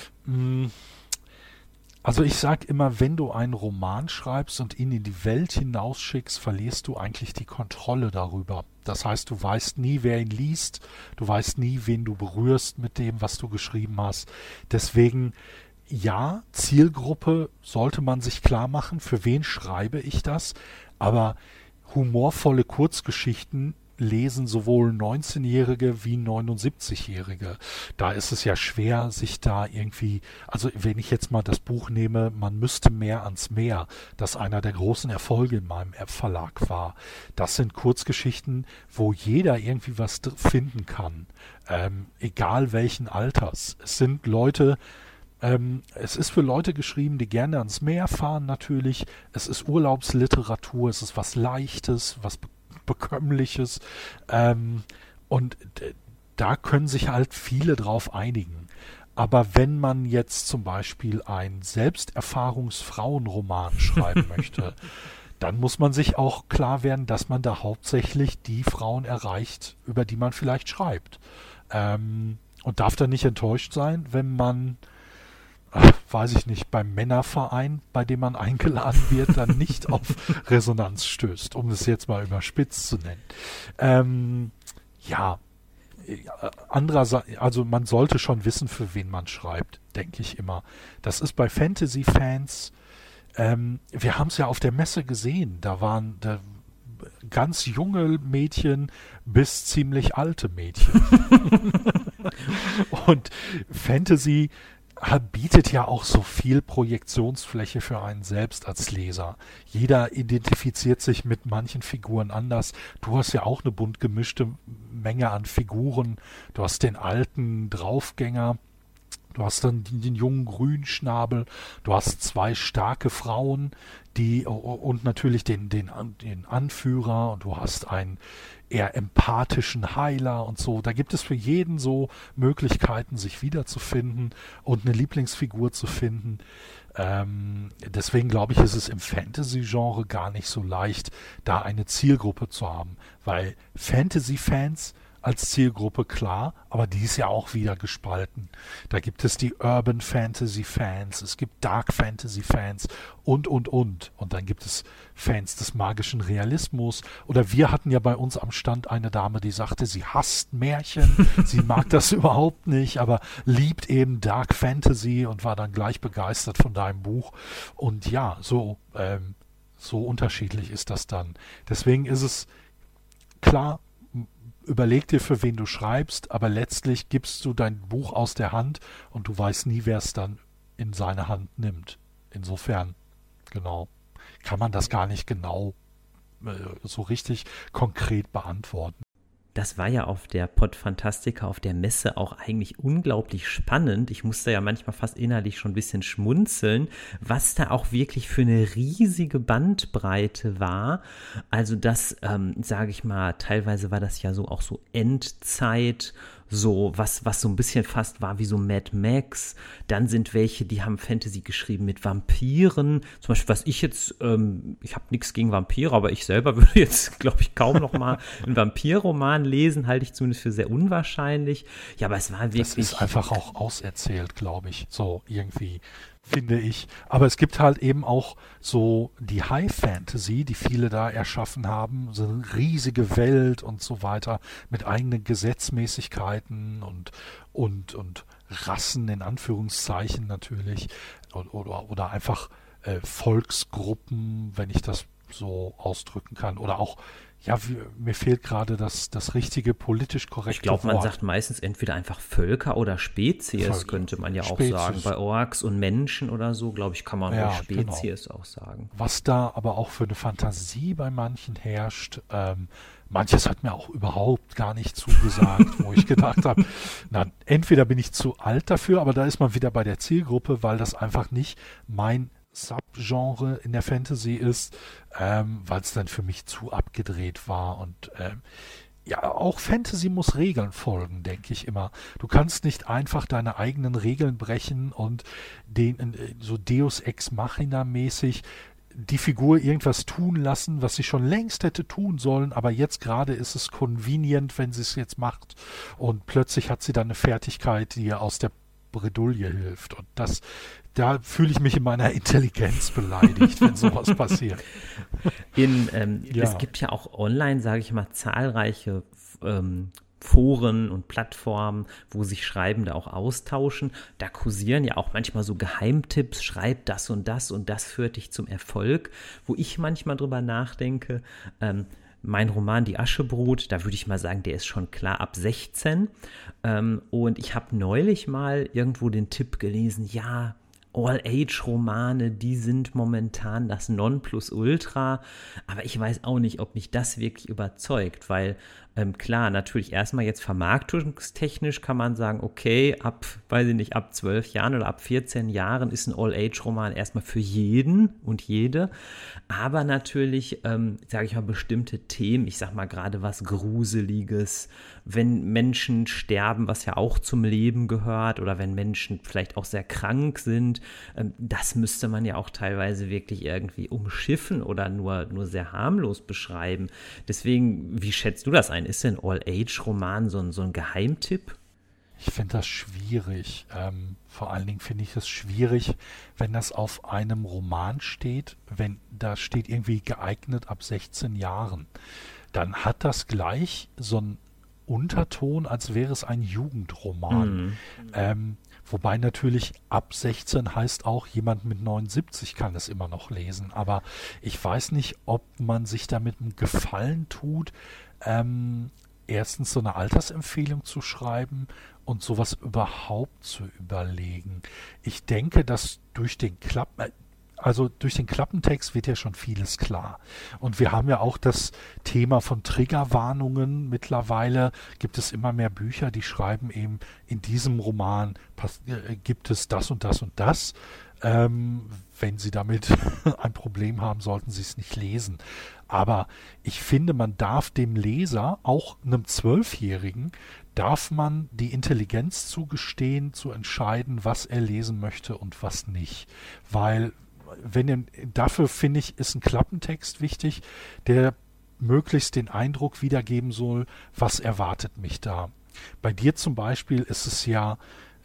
Speaker 2: Also ich sage immer, wenn du einen Roman schreibst und ihn in die Welt hinausschickst, verlierst du eigentlich die Kontrolle darüber. Das heißt, du weißt nie, wer ihn liest, du weißt nie, wen du berührst mit dem, was du geschrieben hast. Deswegen, ja, Zielgruppe sollte man sich klar machen, für wen schreibe ich das, aber humorvolle Kurzgeschichten lesen sowohl 19-Jährige wie 79-Jährige. Da ist es ja schwer, sich da irgendwie, also wenn ich jetzt mal das Buch nehme, man müsste mehr ans Meer, das einer der großen Erfolge in meinem Verlag war. Das sind Kurzgeschichten, wo jeder irgendwie was finden kann, egal welchen Alters. Es sind Leute, es ist für Leute geschrieben, die gerne ans Meer fahren natürlich. Es ist Urlaubsliteratur, es ist was Leichtes, was Bekömmliches. Und da können sich halt viele drauf einigen. Aber wenn man jetzt zum Beispiel einen Selbsterfahrungsfrauenroman schreiben möchte, dann muss man sich auch klar werden, dass man da hauptsächlich die Frauen erreicht, über die man vielleicht schreibt. Und darf dann nicht enttäuscht sein, wenn man weiß ich nicht, beim Männerverein, bei dem man eingeladen wird, dann nicht auf Resonanz stößt, um es jetzt mal überspitzt zu nennen. Andererseits, also man sollte schon wissen, für wen man schreibt, denke ich immer. Das ist bei Fantasy-Fans, wir haben es ja auf der Messe gesehen, da waren ganz junge Mädchen bis ziemlich alte Mädchen. Und Fantasy bietet ja auch so viel Projektionsfläche für einen selbst als Leser. Jeder identifiziert sich mit manchen Figuren anders. Du hast ja auch eine bunt gemischte Menge an Figuren. Du hast den alten Draufgänger, du hast dann den jungen Grünschnabel, du hast zwei starke Frauen, und natürlich den Anführer, und du hast einen eher empathischen Heiler und so. Da gibt es für jeden so Möglichkeiten, sich wiederzufinden und eine Lieblingsfigur zu finden. Deswegen glaube ich, ist es im Fantasy-Genre gar nicht so leicht, da eine Zielgruppe zu haben, weil Fantasy-Fans als Zielgruppe klar, aber die ist ja auch wieder gespalten. Da gibt es die Urban Fantasy Fans, es gibt Dark Fantasy Fans und. Und dann gibt es Fans des magischen Realismus. Oder wir hatten ja bei uns am Stand eine Dame, die sagte, sie hasst Märchen, sie mag das überhaupt nicht, aber liebt eben Dark Fantasy und war dann gleich begeistert von deinem Buch. Und ja, so So unterschiedlich ist das dann. Deswegen ist es klar, überleg dir, für wen du schreibst, aber letztlich gibst du dein Buch aus der Hand und du weißt nie, wer es dann in seine Hand nimmt. Insofern, genau, kann man das gar nicht genau so richtig konkret beantworten.
Speaker 1: Das war ja auf der Podfantastica, auf der Messe auch eigentlich unglaublich spannend. Ich musste ja manchmal fast innerlich schon ein bisschen schmunzeln, was da auch wirklich für eine riesige Bandbreite war. Also das, sage ich mal, teilweise war das ja so auch so Endzeit, so was so ein bisschen fast war wie so Mad Max. Dann sind welche, die haben Fantasy geschrieben mit Vampiren. Zum Beispiel, was ich jetzt, ich habe nichts gegen Vampire, aber ich selber würde jetzt, glaube ich, kaum noch mal einen Vampirroman lesen, halte ich zumindest für sehr unwahrscheinlich. Ja, aber es war wirklich...
Speaker 2: Das ist einfach auch auserzählt, glaube ich, so irgendwie, finde ich. Aber es gibt halt eben auch so die High Fantasy, die viele da erschaffen haben, so eine riesige Welt und so weiter, mit eigenen Gesetzmäßigkeiten und Rassen in Anführungszeichen natürlich, oder einfach Volksgruppen, wenn ich das so ausdrücken kann, oder auch, ja, mir fehlt gerade das richtige politisch korrekte
Speaker 1: Ich glaube, man
Speaker 2: Wort.
Speaker 1: sagt meistens entweder einfach Völker oder Spezies, könnte man ja auch sagen. Bei Orks und Menschen oder so, glaube ich, kann man
Speaker 2: Ja,
Speaker 1: Spezies auch sagen.
Speaker 2: Was da aber auch für eine Fantasie bei manchen herrscht, manches hat mir auch überhaupt gar nicht zugesagt, wo ich gedacht habe, na, entweder bin ich zu alt dafür, aber da ist man wieder bei der Zielgruppe, weil das einfach nicht mein Subgenre in der Fantasy ist, weil es dann für mich zu abgedreht war. Und ja, auch Fantasy muss Regeln folgen, denke ich immer. Du kannst nicht einfach deine eigenen Regeln brechen und den so Deus Ex Machina mäßig die Figur irgendwas tun lassen, was sie schon längst hätte tun sollen, aber jetzt gerade ist es convenient, wenn sie es jetzt macht, und plötzlich hat sie dann eine Fertigkeit, die ihr aus der Bredouille hilft, und da fühle ich mich in meiner Intelligenz beleidigt, wenn sowas passiert.
Speaker 1: Es gibt ja auch online, sage ich mal, zahlreiche Foren und Plattformen, wo sich Schreibende auch austauschen. Da kursieren ja auch manchmal so Geheimtipps, schreib das und das führt dich zum Erfolg, wo ich manchmal drüber nachdenke. Mein Roman Die Aschebrut, da würde ich mal sagen, der ist schon klar ab 16. Und ich habe neulich mal irgendwo den Tipp gelesen, ja, All-Age-Romane, die sind momentan das Nonplusultra, aber ich weiß auch nicht, ob mich das wirklich überzeugt, weil klar, natürlich erstmal jetzt vermarktungstechnisch kann man sagen, okay, ab 12 Jahren oder ab 14 Jahren ist ein All-Age-Roman erstmal für jeden und jede, aber natürlich, sage ich mal, bestimmte Themen, ich sag mal gerade was Gruseliges, wenn Menschen sterben, was ja auch zum Leben gehört, oder wenn Menschen vielleicht auch sehr krank sind, das müsste man ja auch teilweise wirklich irgendwie umschiffen oder nur sehr harmlos beschreiben. Deswegen, wie schätzt du das ein? Ist denn All-Age-Roman so ein Geheimtipp?
Speaker 2: Ich finde das schwierig. Vor allen Dingen finde ich es schwierig, wenn das auf einem Roman steht, wenn da steht irgendwie geeignet ab 16 Jahren. Dann hat das gleich so einen Unterton, als wäre es ein Jugendroman. Wobei natürlich ab 16 heißt auch, jemand mit 79 kann es immer noch lesen. Aber ich weiß nicht, ob man sich damit einen Gefallen tut, erstens so eine Altersempfehlung zu schreiben und sowas überhaupt zu überlegen. Ich denke, dass durch den Klappentext wird ja schon vieles klar. Und wir haben ja auch das Thema von Triggerwarnungen. Mittlerweile gibt es immer mehr Bücher, die schreiben eben, in diesem Roman gibt es das und das und das. Wenn Sie damit ein Problem haben, sollten Sie es nicht lesen. Aber ich finde, man darf dem Leser, auch einem 12-Jährigen, darf man die Intelligenz zugestehen, zu entscheiden, was er lesen möchte und was nicht. Weil dafür finde ich, ist ein Klappentext wichtig, der möglichst den Eindruck wiedergeben soll, was erwartet mich da. Bei dir zum Beispiel ist es ja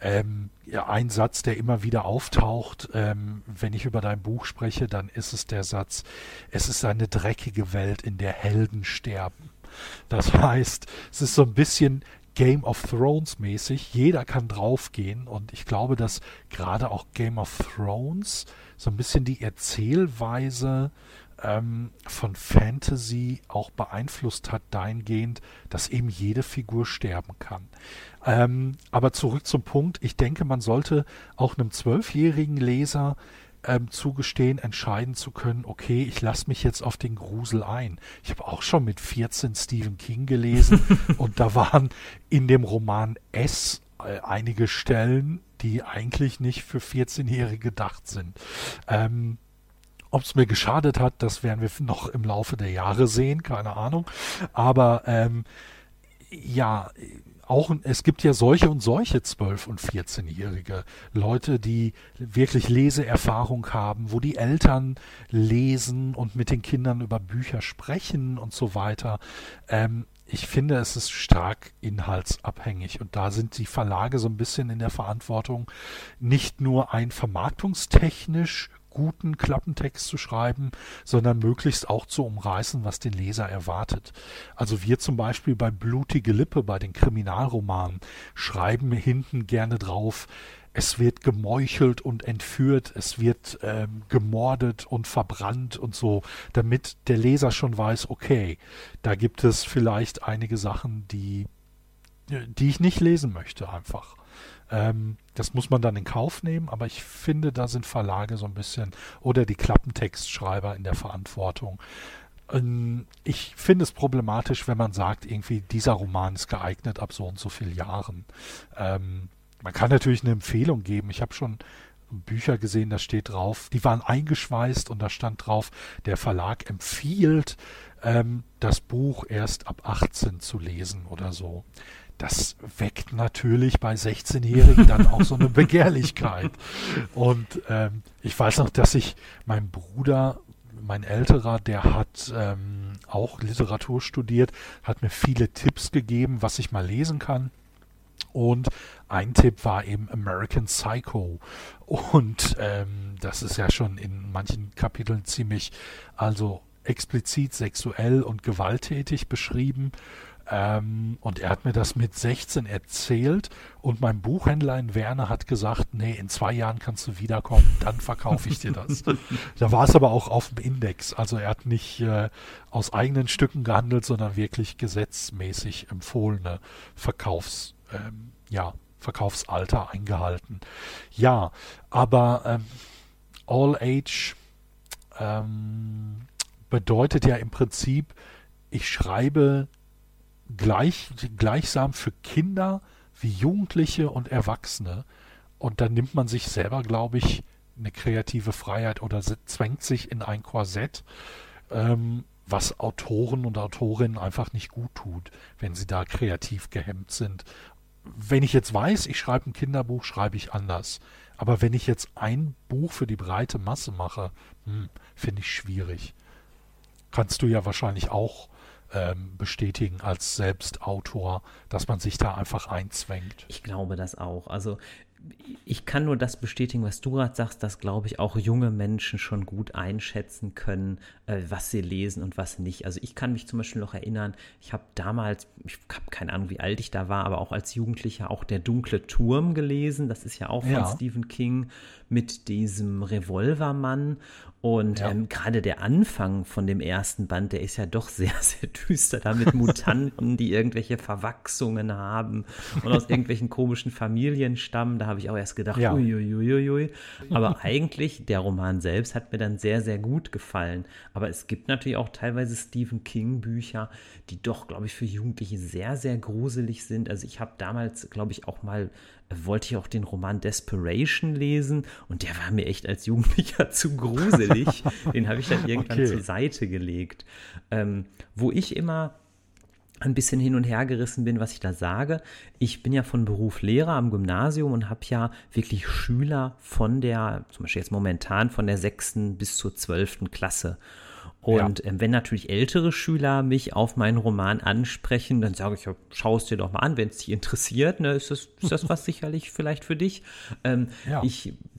Speaker 2: ein Satz, der immer wieder auftaucht, wenn ich über dein Buch spreche, dann ist es der Satz, es ist eine dreckige Welt, in der Helden sterben. Das heißt, es ist so ein bisschen Game of Thrones mäßig, jeder kann draufgehen, und ich glaube, dass gerade auch Game of Thrones so ein bisschen die Erzählweise von Fantasy auch beeinflusst hat, dahingehend, dass eben jede Figur sterben kann. Aber zurück zum Punkt, ich denke, man sollte auch einem 12-jährigen Leser zugestehen, entscheiden zu können, okay, ich lasse mich jetzt auf den Grusel ein. Ich habe auch schon mit 14 Stephen King gelesen und da waren in dem Roman S einige Stellen, die eigentlich nicht für 14-Jährige gedacht sind. Ob es mir geschadet hat, das werden wir noch im Laufe der Jahre sehen, keine Ahnung. Aber ja, auch es gibt ja solche und solche 12- und 14-jährige Leute, die wirklich Leseerfahrung haben, wo die Eltern lesen und mit den Kindern über Bücher sprechen und so weiter. Ich finde, es ist stark inhaltsabhängig und da sind die Verlage so ein bisschen in der Verantwortung, nicht nur ein vermarktungstechnisch guten Klappentext zu schreiben, sondern möglichst auch zu umreißen, was den Leser erwartet. Also wir zum Beispiel bei Blutige Lippe, bei den Kriminalromanen, schreiben hinten gerne drauf, es wird gemeuchelt und entführt, es wird gemordet und verbrannt und so, damit der Leser schon weiß, okay, da gibt es vielleicht einige Sachen, die ich nicht lesen möchte einfach. Das muss man dann in Kauf nehmen, aber ich finde, da sind Verlage so ein bisschen oder die Klappentextschreiber in der Verantwortung. Ich finde es problematisch, wenn man sagt, irgendwie dieser Roman ist geeignet ab so und so vielen Jahren. Man kann natürlich eine Empfehlung geben. Ich habe schon Bücher gesehen, da steht drauf, die waren eingeschweißt und da stand drauf, der Verlag empfiehlt, das Buch erst ab 18 zu lesen oder so. Das weckt natürlich bei 16-Jährigen dann auch so eine Begehrlichkeit. Und ich weiß noch, dass ich mein Bruder, mein Älterer, der hat auch Literatur studiert, hat mir viele Tipps gegeben, was ich mal lesen kann. Und ein Tipp war eben American Psycho. Und das ist ja schon in manchen Kapiteln ziemlich, also explizit sexuell und gewalttätig beschrieben. Und er hat mir das mit 16 erzählt und mein Buchhändler in Werne hat gesagt, nee, in 2 Jahren kannst du wiederkommen, dann verkaufe ich dir das. Da war es aber auch auf dem Index, also er hat nicht aus eigenen Stücken gehandelt, sondern wirklich gesetzmäßig empfohlene Verkaufsalter eingehalten. Ja, aber All Age bedeutet ja im Prinzip, ich schreibe gleichsam für Kinder wie Jugendliche und Erwachsene. Und dann nimmt man sich selber, glaube ich, eine kreative Freiheit oder zwängt sich in ein Korsett, was Autoren und Autorinnen einfach nicht gut tut, wenn sie da kreativ gehemmt sind. Wenn ich jetzt weiß, ich schreibe ein Kinderbuch, schreibe ich anders. Aber wenn ich jetzt ein Buch für die breite Masse mache, finde ich schwierig. Kannst du ja wahrscheinlich auch bestätigen als Selbstautor, dass man sich da einfach einzwängt.
Speaker 1: Ich glaube das auch. Also ich kann nur das bestätigen, was du gerade sagst, dass, glaube ich, auch junge Menschen schon gut einschätzen können, was sie lesen und was nicht. Also ich kann mich zum Beispiel noch erinnern, ich habe damals, ich habe keine Ahnung, wie alt ich da war, aber auch als Jugendlicher auch Der dunkle Turm gelesen. Das ist ja auch von Stephen King mit diesem Revolvermann. Und gerade der Anfang von dem ersten Band, der ist ja doch sehr, sehr düster, da mit Mutanten, die irgendwelche Verwachsungen haben und aus irgendwelchen komischen Familien stammen. Da habe ich auch erst gedacht, uiuiuiui. Aber eigentlich, der Roman selbst hat mir dann sehr, sehr gut gefallen. Aber es gibt natürlich auch teilweise Stephen King-Bücher, die doch, glaube ich, für Jugendliche sehr, sehr gruselig sind. Also ich habe damals, glaube ich, auch mal wollte ich auch den Roman Desperation lesen und der war mir echt als Jugendlicher zu gruselig. Den habe ich dann irgendwann zur Seite gelegt. Wo ich immer ein bisschen hin und her gerissen bin, was ich da sage. Ich bin ja von Beruf Lehrer am Gymnasium und habe ja wirklich Schüler von der, zum Beispiel jetzt momentan von der 6. bis zur 12. Klasse. Und wenn natürlich ältere Schüler mich auf meinen Roman ansprechen, dann sage ich, ja, schau es dir doch mal an, wenn es dich interessiert, ne, ist das was sicherlich vielleicht für dich. Ich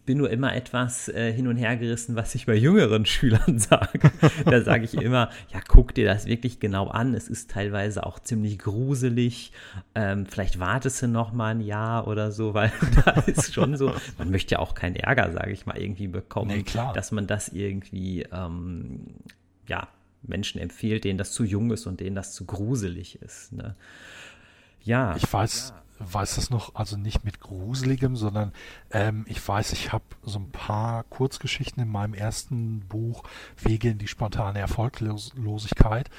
Speaker 1: bin nur immer etwas hin und her gerissen, was ich bei jüngeren Schülern sage. Da sage ich immer, ja, guck dir das wirklich genau an. Es ist teilweise auch ziemlich gruselig. Vielleicht wartest du noch mal ein Jahr oder so, weil da ist schon so, man möchte ja auch keinen Ärger, sage ich mal, irgendwie bekommen,
Speaker 2: Nee, klar.
Speaker 1: dass man das irgendwie, Menschen empfiehlt, denen das zu jung ist und denen das zu gruselig ist. Ne? Ja.
Speaker 2: Ich weiß das noch, also nicht mit Gruseligem, sondern ich habe so ein paar Kurzgeschichten in meinem ersten Buch, Wege in die spontane Erfolglosigkeit.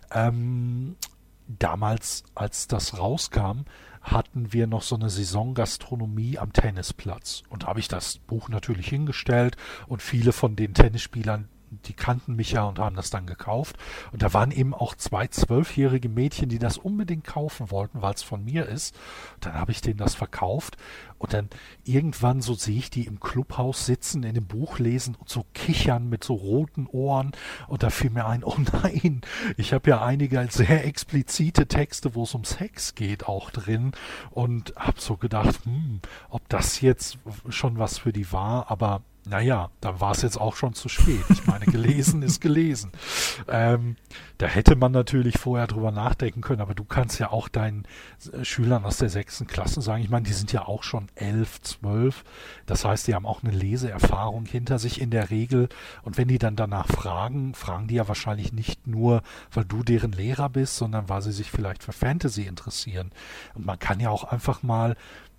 Speaker 2: Damals, als das rauskam, hatten wir noch so eine Saisongastronomie am Tennisplatz. Und da habe ich das Buch natürlich hingestellt und viele von den Tennisspielern, die kannten mich ja und haben das dann gekauft. Und da waren eben auch 2 12-jährige Mädchen, die das unbedingt kaufen wollten, weil es von mir ist. Und dann habe ich denen das verkauft. Und dann irgendwann so sehe ich die im Clubhaus sitzen, in dem Buch lesen und so kichern mit so roten Ohren. Und da fiel mir ein, oh nein, ich habe ja einige sehr explizite Texte, wo es um Sex geht, auch drin. Und habe so gedacht, ob das jetzt schon was für die war, aber naja, dann war es jetzt auch schon zu spät. Ich meine, gelesen ist gelesen. Da hätte man natürlich vorher drüber nachdenken können, aber du kannst ja auch deinen Schülern aus der 6. Klasse sagen, ich meine, die sind ja auch schon 11, 12. Das heißt, die haben auch eine Leseerfahrung hinter sich in der Regel. Und wenn die dann danach fragen die ja wahrscheinlich nicht nur, weil du deren Lehrer bist, sondern weil sie sich vielleicht für Fantasy interessieren. Und man kann ja auch einfach mal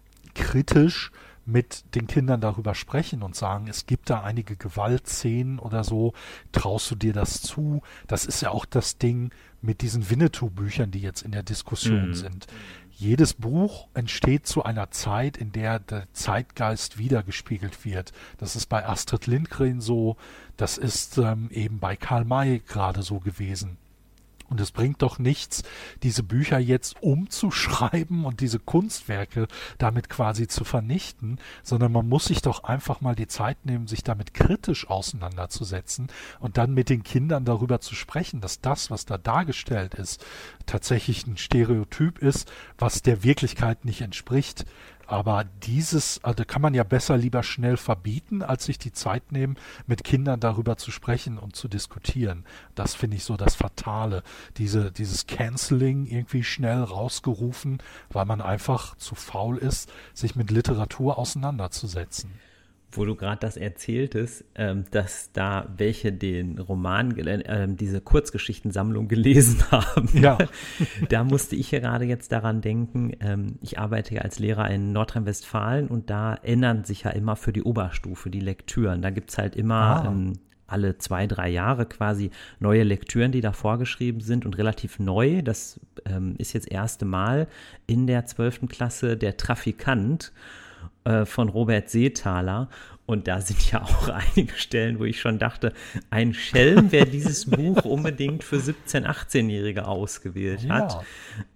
Speaker 2: kritisch mit den Kindern darüber sprechen und sagen, es gibt da einige Gewaltszenen oder so, traust du dir das zu? Das ist ja auch das Ding mit diesen Winnetou-Büchern, die jetzt in der Diskussion sind. Jedes Buch entsteht zu einer Zeit, in der der Zeitgeist wiedergespiegelt wird. Das ist bei Astrid Lindgren so, das ist eben bei Karl May gerade so gewesen. Und es bringt doch nichts, diese Bücher jetzt umzuschreiben und diese Kunstwerke damit quasi zu vernichten, sondern man muss sich doch einfach mal die Zeit nehmen, sich damit kritisch auseinanderzusetzen und dann mit den Kindern darüber zu sprechen, dass das, was da dargestellt ist, tatsächlich ein Stereotyp ist, was der Wirklichkeit nicht entspricht. Aber also kann man ja besser lieber schnell verbieten, als sich die Zeit nehmen, mit Kindern darüber zu sprechen und zu diskutieren. Das finde ich so das Fatale. Dieses Canceling irgendwie schnell rausgerufen, weil man einfach zu faul ist, sich mit Literatur auseinanderzusetzen.
Speaker 1: Wo du gerade das erzähltest, dass da welche den Roman, diese Kurzgeschichtensammlung gelesen haben.
Speaker 2: Ja.
Speaker 1: Da musste ich gerade jetzt daran denken, ich arbeite ja als Lehrer in Nordrhein-Westfalen und da ändern sich ja immer für die Oberstufe die Lektüren. Da gibt es halt immer alle 2, 3 Jahre quasi neue Lektüren, die da vorgeschrieben sind und relativ neu. Das ist jetzt das erste Mal in der 12. Klasse der Trafikant von Robert Seethaler. Und da sind ja auch einige Stellen, wo ich schon dachte, ein Schelm, wer dieses Buch unbedingt für 17-, 18-Jährige ausgewählt hat.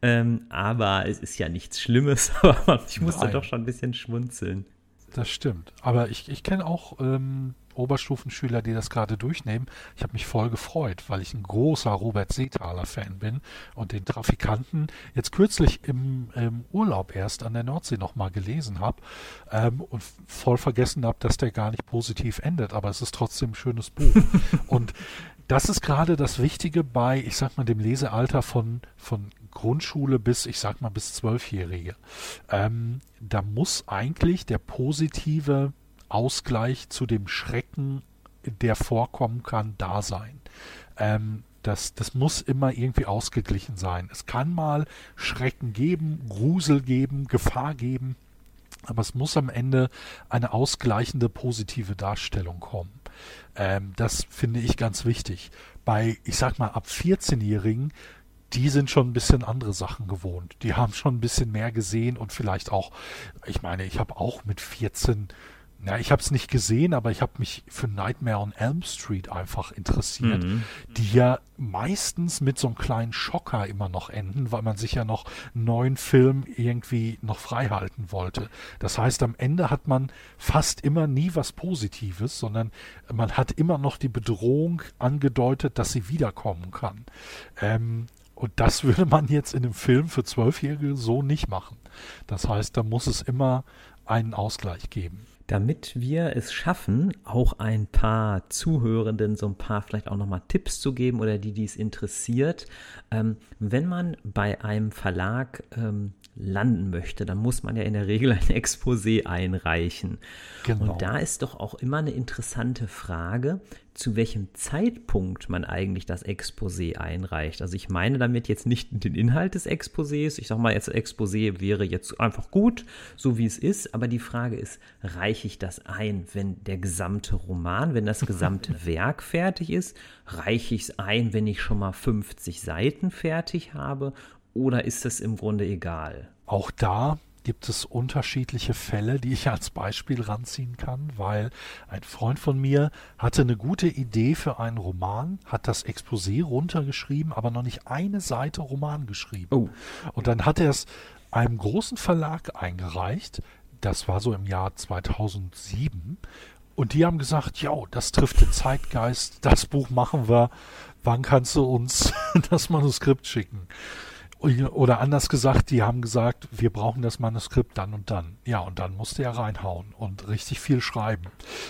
Speaker 1: Aber es ist ja nichts Schlimmes, aber ich musste doch schon ein bisschen schmunzeln.
Speaker 2: Das stimmt. Aber ich kenne auch Oberstufenschüler, die das gerade durchnehmen. Ich habe mich voll gefreut, weil ich ein großer Robert Seethaler-Fan bin und den Trafikanten jetzt kürzlich im Urlaub erst an der Nordsee nochmal gelesen habe und voll vergessen habe, dass der gar nicht positiv endet. Aber es ist trotzdem ein schönes Buch. Und das ist gerade das Wichtige bei, ich sag mal, dem Lesealter von Grundschule bis, ich sag mal, bis 12-Jährige. Da muss eigentlich der positive Ausgleich zu dem Schrecken, der vorkommen kann, da sein. Das muss immer irgendwie ausgeglichen sein. Es kann mal Schrecken geben, Grusel geben, Gefahr geben, aber es muss am Ende eine ausgleichende positive Darstellung kommen. Das finde ich ganz wichtig. Bei, ich sag mal, ab 14-Jährigen, die sind schon ein bisschen andere Sachen gewohnt. Die haben schon ein bisschen mehr gesehen und vielleicht auch, ich meine, ich habe auch mit 14, ich habe es nicht gesehen, aber ich habe mich für Nightmare on Elm Street einfach interessiert, die ja meistens mit so einem kleinen Schocker immer noch enden, weil man sich ja noch einen neuen Film irgendwie noch frei halten wollte. Das heißt, am Ende hat man fast immer nie was Positives, sondern man hat immer noch die Bedrohung angedeutet, dass sie wiederkommen kann. Und das würde man jetzt in einem Film für 12-Jährige so nicht machen. Das heißt, da muss es immer einen Ausgleich geben.
Speaker 1: Damit wir es schaffen, auch ein paar Zuhörenden so ein paar vielleicht auch nochmal Tipps zu geben oder die es interessiert, wenn man bei einem Verlag landen möchte, dann muss man ja in der Regel ein Exposé einreichen.
Speaker 2: Genau.
Speaker 1: Und da ist doch auch immer eine interessante Frage, zu welchem Zeitpunkt man eigentlich das Exposé einreicht. Also ich meine damit jetzt nicht den Inhalt des Exposés. Ich sage mal, jetzt Exposé wäre jetzt einfach gut, so wie es ist. Aber die Frage ist, reiche ich das ein, wenn der gesamte Roman, wenn das gesamte Werk fertig ist? Reiche ich es ein, wenn ich schon mal 50 Seiten fertig habe? Oder ist es im Grunde egal?
Speaker 2: Auch da gibt es unterschiedliche Fälle, die ich als Beispiel ranziehen kann, weil ein Freund von mir hatte eine gute Idee für einen Roman, hat das Exposé runtergeschrieben, aber noch nicht eine Seite Roman geschrieben.
Speaker 1: Oh.
Speaker 2: Und dann hat er es einem großen Verlag eingereicht, das war so im Jahr 2007, und die haben gesagt, ja, das trifft den Zeitgeist, das Buch machen wir, wann kannst du uns das Manuskript schicken? Oder anders gesagt, die haben gesagt, wir brauchen das Manuskript dann und dann. Ja, und dann musste er reinhauen und richtig viel schreiben.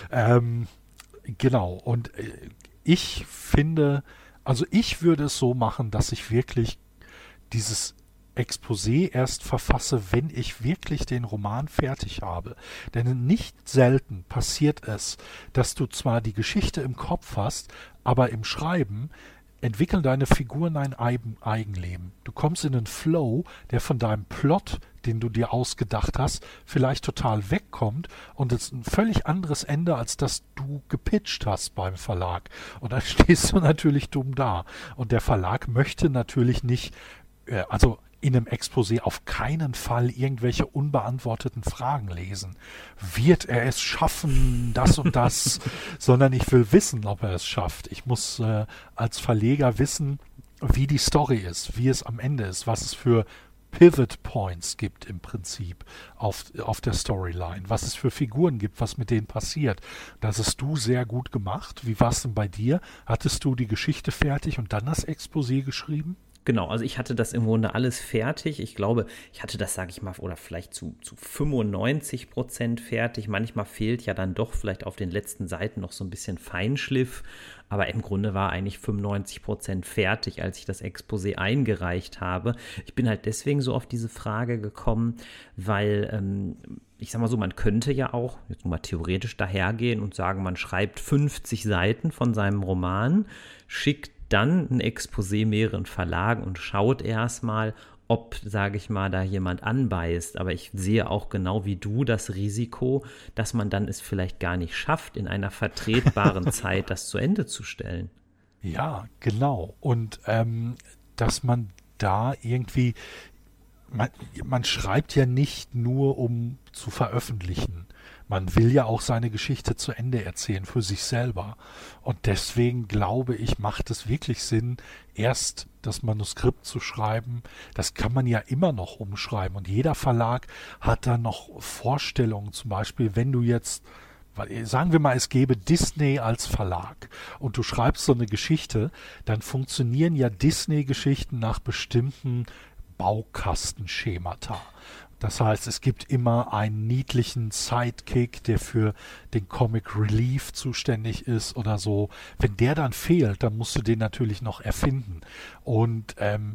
Speaker 2: Genau, und ich finde, also ich würde es so machen, dass ich wirklich dieses Exposé erst verfasse, wenn ich wirklich den Roman fertig habe. Denn nicht selten passiert es, dass du zwar die Geschichte im Kopf hast, aber im Schreiben entwickeln deine Figuren ein Eigenleben. Du kommst in einen Flow, der von deinem Plot, den du dir ausgedacht hast, vielleicht total wegkommt und es ist ein völlig anderes Ende, als das du gepitcht hast beim Verlag. Und dann stehst du natürlich dumm da. Und der Verlag möchte natürlich nicht, also in einem Exposé auf keinen Fall irgendwelche unbeantworteten Fragen lesen. Wird er es schaffen, das und das? Sondern ich will wissen, ob er es schafft. Ich muss als Verleger wissen, wie die Story ist, wie es am Ende ist, was es für Pivot Points gibt im Prinzip auf der Storyline, was es für Figuren gibt, was mit denen passiert. Das hast du sehr gut gemacht. Wie war es denn bei dir? Hattest du die Geschichte fertig und dann das Exposé geschrieben?
Speaker 1: Genau, also ich hatte das im Grunde alles fertig. Ich glaube, ich hatte das, sage ich mal, oder vielleicht zu 95% fertig. Manchmal fehlt ja dann doch vielleicht auf den letzten Seiten noch so ein bisschen Feinschliff. Aber im Grunde war eigentlich 95% fertig, als ich das Exposé eingereicht habe. Ich bin halt deswegen so auf diese Frage gekommen, weil ich sag mal so, man könnte ja auch, jetzt nur mal theoretisch dahergehen und sagen, man schreibt 50 Seiten von seinem Roman, schickt dann ein Exposé mehreren Verlagen und schaut erstmal, ob, sage ich mal, da jemand anbeißt. Aber ich sehe auch genau wie du das Risiko, dass man dann es vielleicht gar nicht schafft, in einer vertretbaren Zeit das zu Ende zu stellen.
Speaker 2: Ja, genau. Und dass man da irgendwie, man schreibt ja nicht nur, um zu veröffentlichen. Man will ja auch seine Geschichte zu Ende erzählen für sich selber. Und deswegen glaube ich, macht es wirklich Sinn, erst das Manuskript zu schreiben. Das kann man ja immer noch umschreiben. Und jeder Verlag hat da noch Vorstellungen. Zum Beispiel, wenn du jetzt, sagen wir mal, es gäbe Disney als Verlag und du schreibst so eine Geschichte, dann funktionieren ja Disney-Geschichten nach bestimmten Baukastenschemata. Das heißt, es gibt immer einen niedlichen Sidekick, der für den Comic Relief zuständig ist oder so. Wenn der dann fehlt, dann musst du den natürlich noch erfinden. Und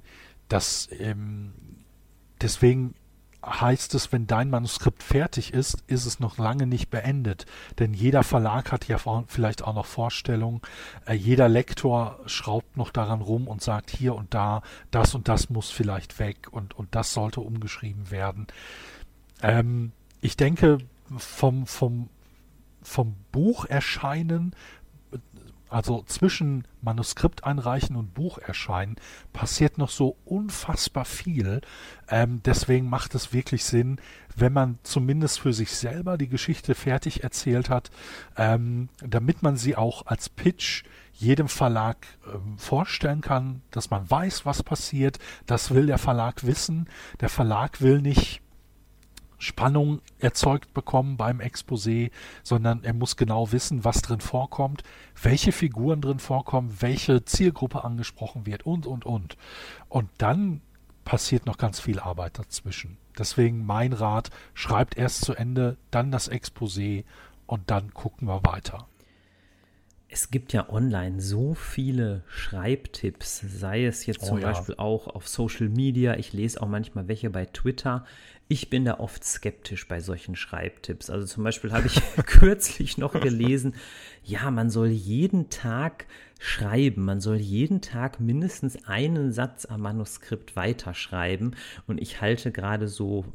Speaker 2: deswegen heißt es, wenn dein Manuskript fertig ist, ist es noch lange nicht beendet. Denn jeder Verlag hat ja vielleicht auch noch Vorstellungen. Jeder Lektor schraubt noch daran rum und sagt, hier und da, das und das muss vielleicht weg und das sollte umgeschrieben werden. Ich denke, vom Buch erscheinen, also zwischen Manuskript einreichen und Buch erscheinen, passiert noch so unfassbar viel. Deswegen macht es wirklich Sinn, wenn man zumindest für sich selber die Geschichte fertig erzählt hat, damit man sie auch als Pitch jedem Verlag vorstellen kann, dass man weiß, was passiert. Das will der Verlag wissen. Der Verlag will nicht Spannung erzeugt bekommen beim Exposé, sondern er muss genau wissen, was drin vorkommt, welche Figuren drin vorkommen, welche Zielgruppe angesprochen wird und. Und dann passiert noch ganz viel Arbeit dazwischen. Deswegen mein Rat, schreibt erst zu Ende, dann das Exposé und dann gucken wir weiter.
Speaker 1: Es gibt ja online so viele Schreibtipps, sei es jetzt zum Beispiel auch auf Social Media. Ich lese auch manchmal welche bei Twitter. Ich bin da oft skeptisch bei solchen Schreibtipps. Also zum Beispiel habe ich kürzlich noch gelesen, ja, man soll jeden Tag schreiben, man soll jeden Tag mindestens einen Satz am Manuskript weiterschreiben. Und ich halte gerade so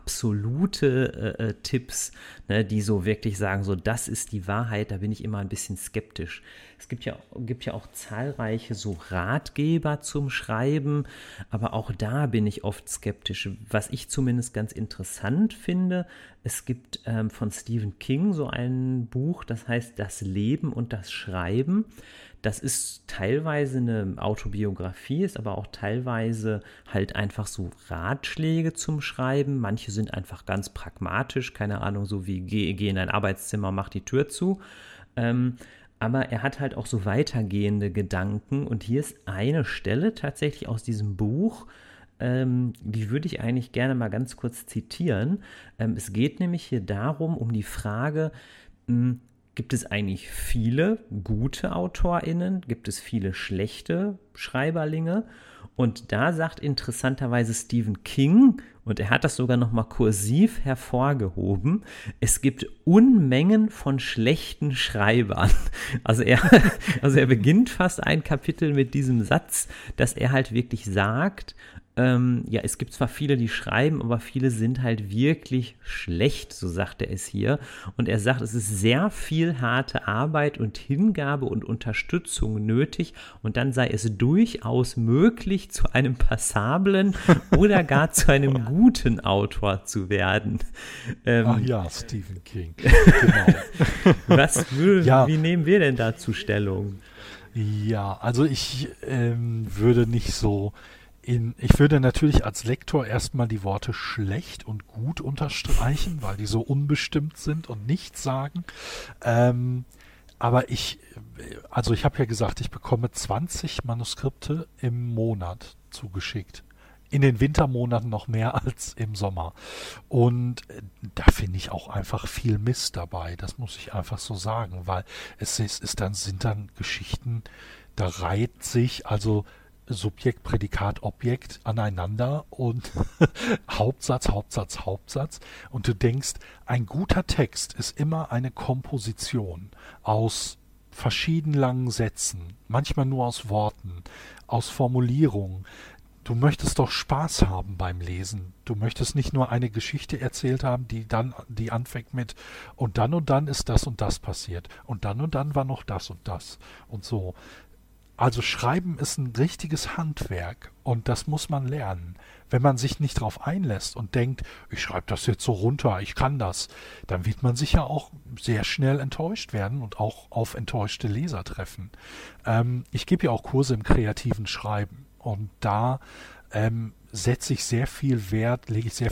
Speaker 1: absolute Tipps, ne, die so wirklich sagen, so das ist die Wahrheit, da bin ich immer ein bisschen skeptisch. Es gibt ja auch zahlreiche so Ratgeber zum Schreiben, aber auch da bin ich oft skeptisch. Was ich zumindest ganz interessant finde, es gibt von Stephen King so ein Buch, das heißt Das Leben und das Schreiben. Das ist teilweise eine Autobiografie, ist aber auch teilweise halt einfach so Ratschläge zum Schreiben. Manche sind einfach ganz pragmatisch, keine Ahnung, so wie geh in dein Arbeitszimmer, mach die Tür zu. Aber er hat halt auch so weitergehende Gedanken und hier ist eine Stelle tatsächlich aus diesem Buch, die würde ich eigentlich gerne mal ganz kurz zitieren. Es geht nämlich hier darum, um die Frage, gibt es eigentlich viele gute AutorInnen? Gibt es viele schlechte Schreiberlinge? Und da sagt interessanterweise Stephen King, und er hat das sogar nochmal kursiv hervorgehoben, es gibt Unmengen von schlechten Schreibern. Also er beginnt fast ein Kapitel mit diesem Satz, dass er halt wirklich sagt, ja, es gibt zwar viele, die schreiben, aber viele sind halt wirklich schlecht, so sagt er es hier. Und er sagt, es ist sehr viel harte Arbeit und Hingabe und Unterstützung nötig und dann sei es durchaus möglich, zu einem passablen oder gar zu einem guten Autor zu werden.
Speaker 2: Ach ja, Stephen King. Genau.
Speaker 1: Wie nehmen wir denn dazu Stellung?
Speaker 2: Ja, also ich würde nicht so ich würde natürlich als Lektor erstmal die Worte schlecht und gut unterstreichen, weil die so unbestimmt sind und nichts sagen. Aber ich habe ja gesagt, ich bekomme 20 Manuskripte im Monat zugeschickt. In den Wintermonaten noch mehr als im Sommer. Und da finde ich auch einfach viel Mist dabei. Das muss ich einfach so sagen, weil sind dann Geschichten, da reiht sich also Subjekt, Prädikat, Objekt aneinander und Hauptsatz. Und du denkst, ein guter Text ist immer eine Komposition aus verschieden langen Sätzen, manchmal nur aus Worten, aus Formulierungen. Du möchtest doch Spaß haben beim Lesen. Du möchtest nicht nur eine Geschichte erzählt haben, die anfängt mit und dann ist das und das passiert. Und dann war noch das und das und so. Also Schreiben ist ein richtiges Handwerk und das muss man lernen. Wenn man sich nicht darauf einlässt und denkt, ich schreibe das jetzt so runter, ich kann das, dann wird man sicher auch sehr schnell enttäuscht werden und auch auf enttäuschte Leser treffen. Ich gebe ja auch Kurse im kreativen Schreiben und da lege ich sehr viel Wert,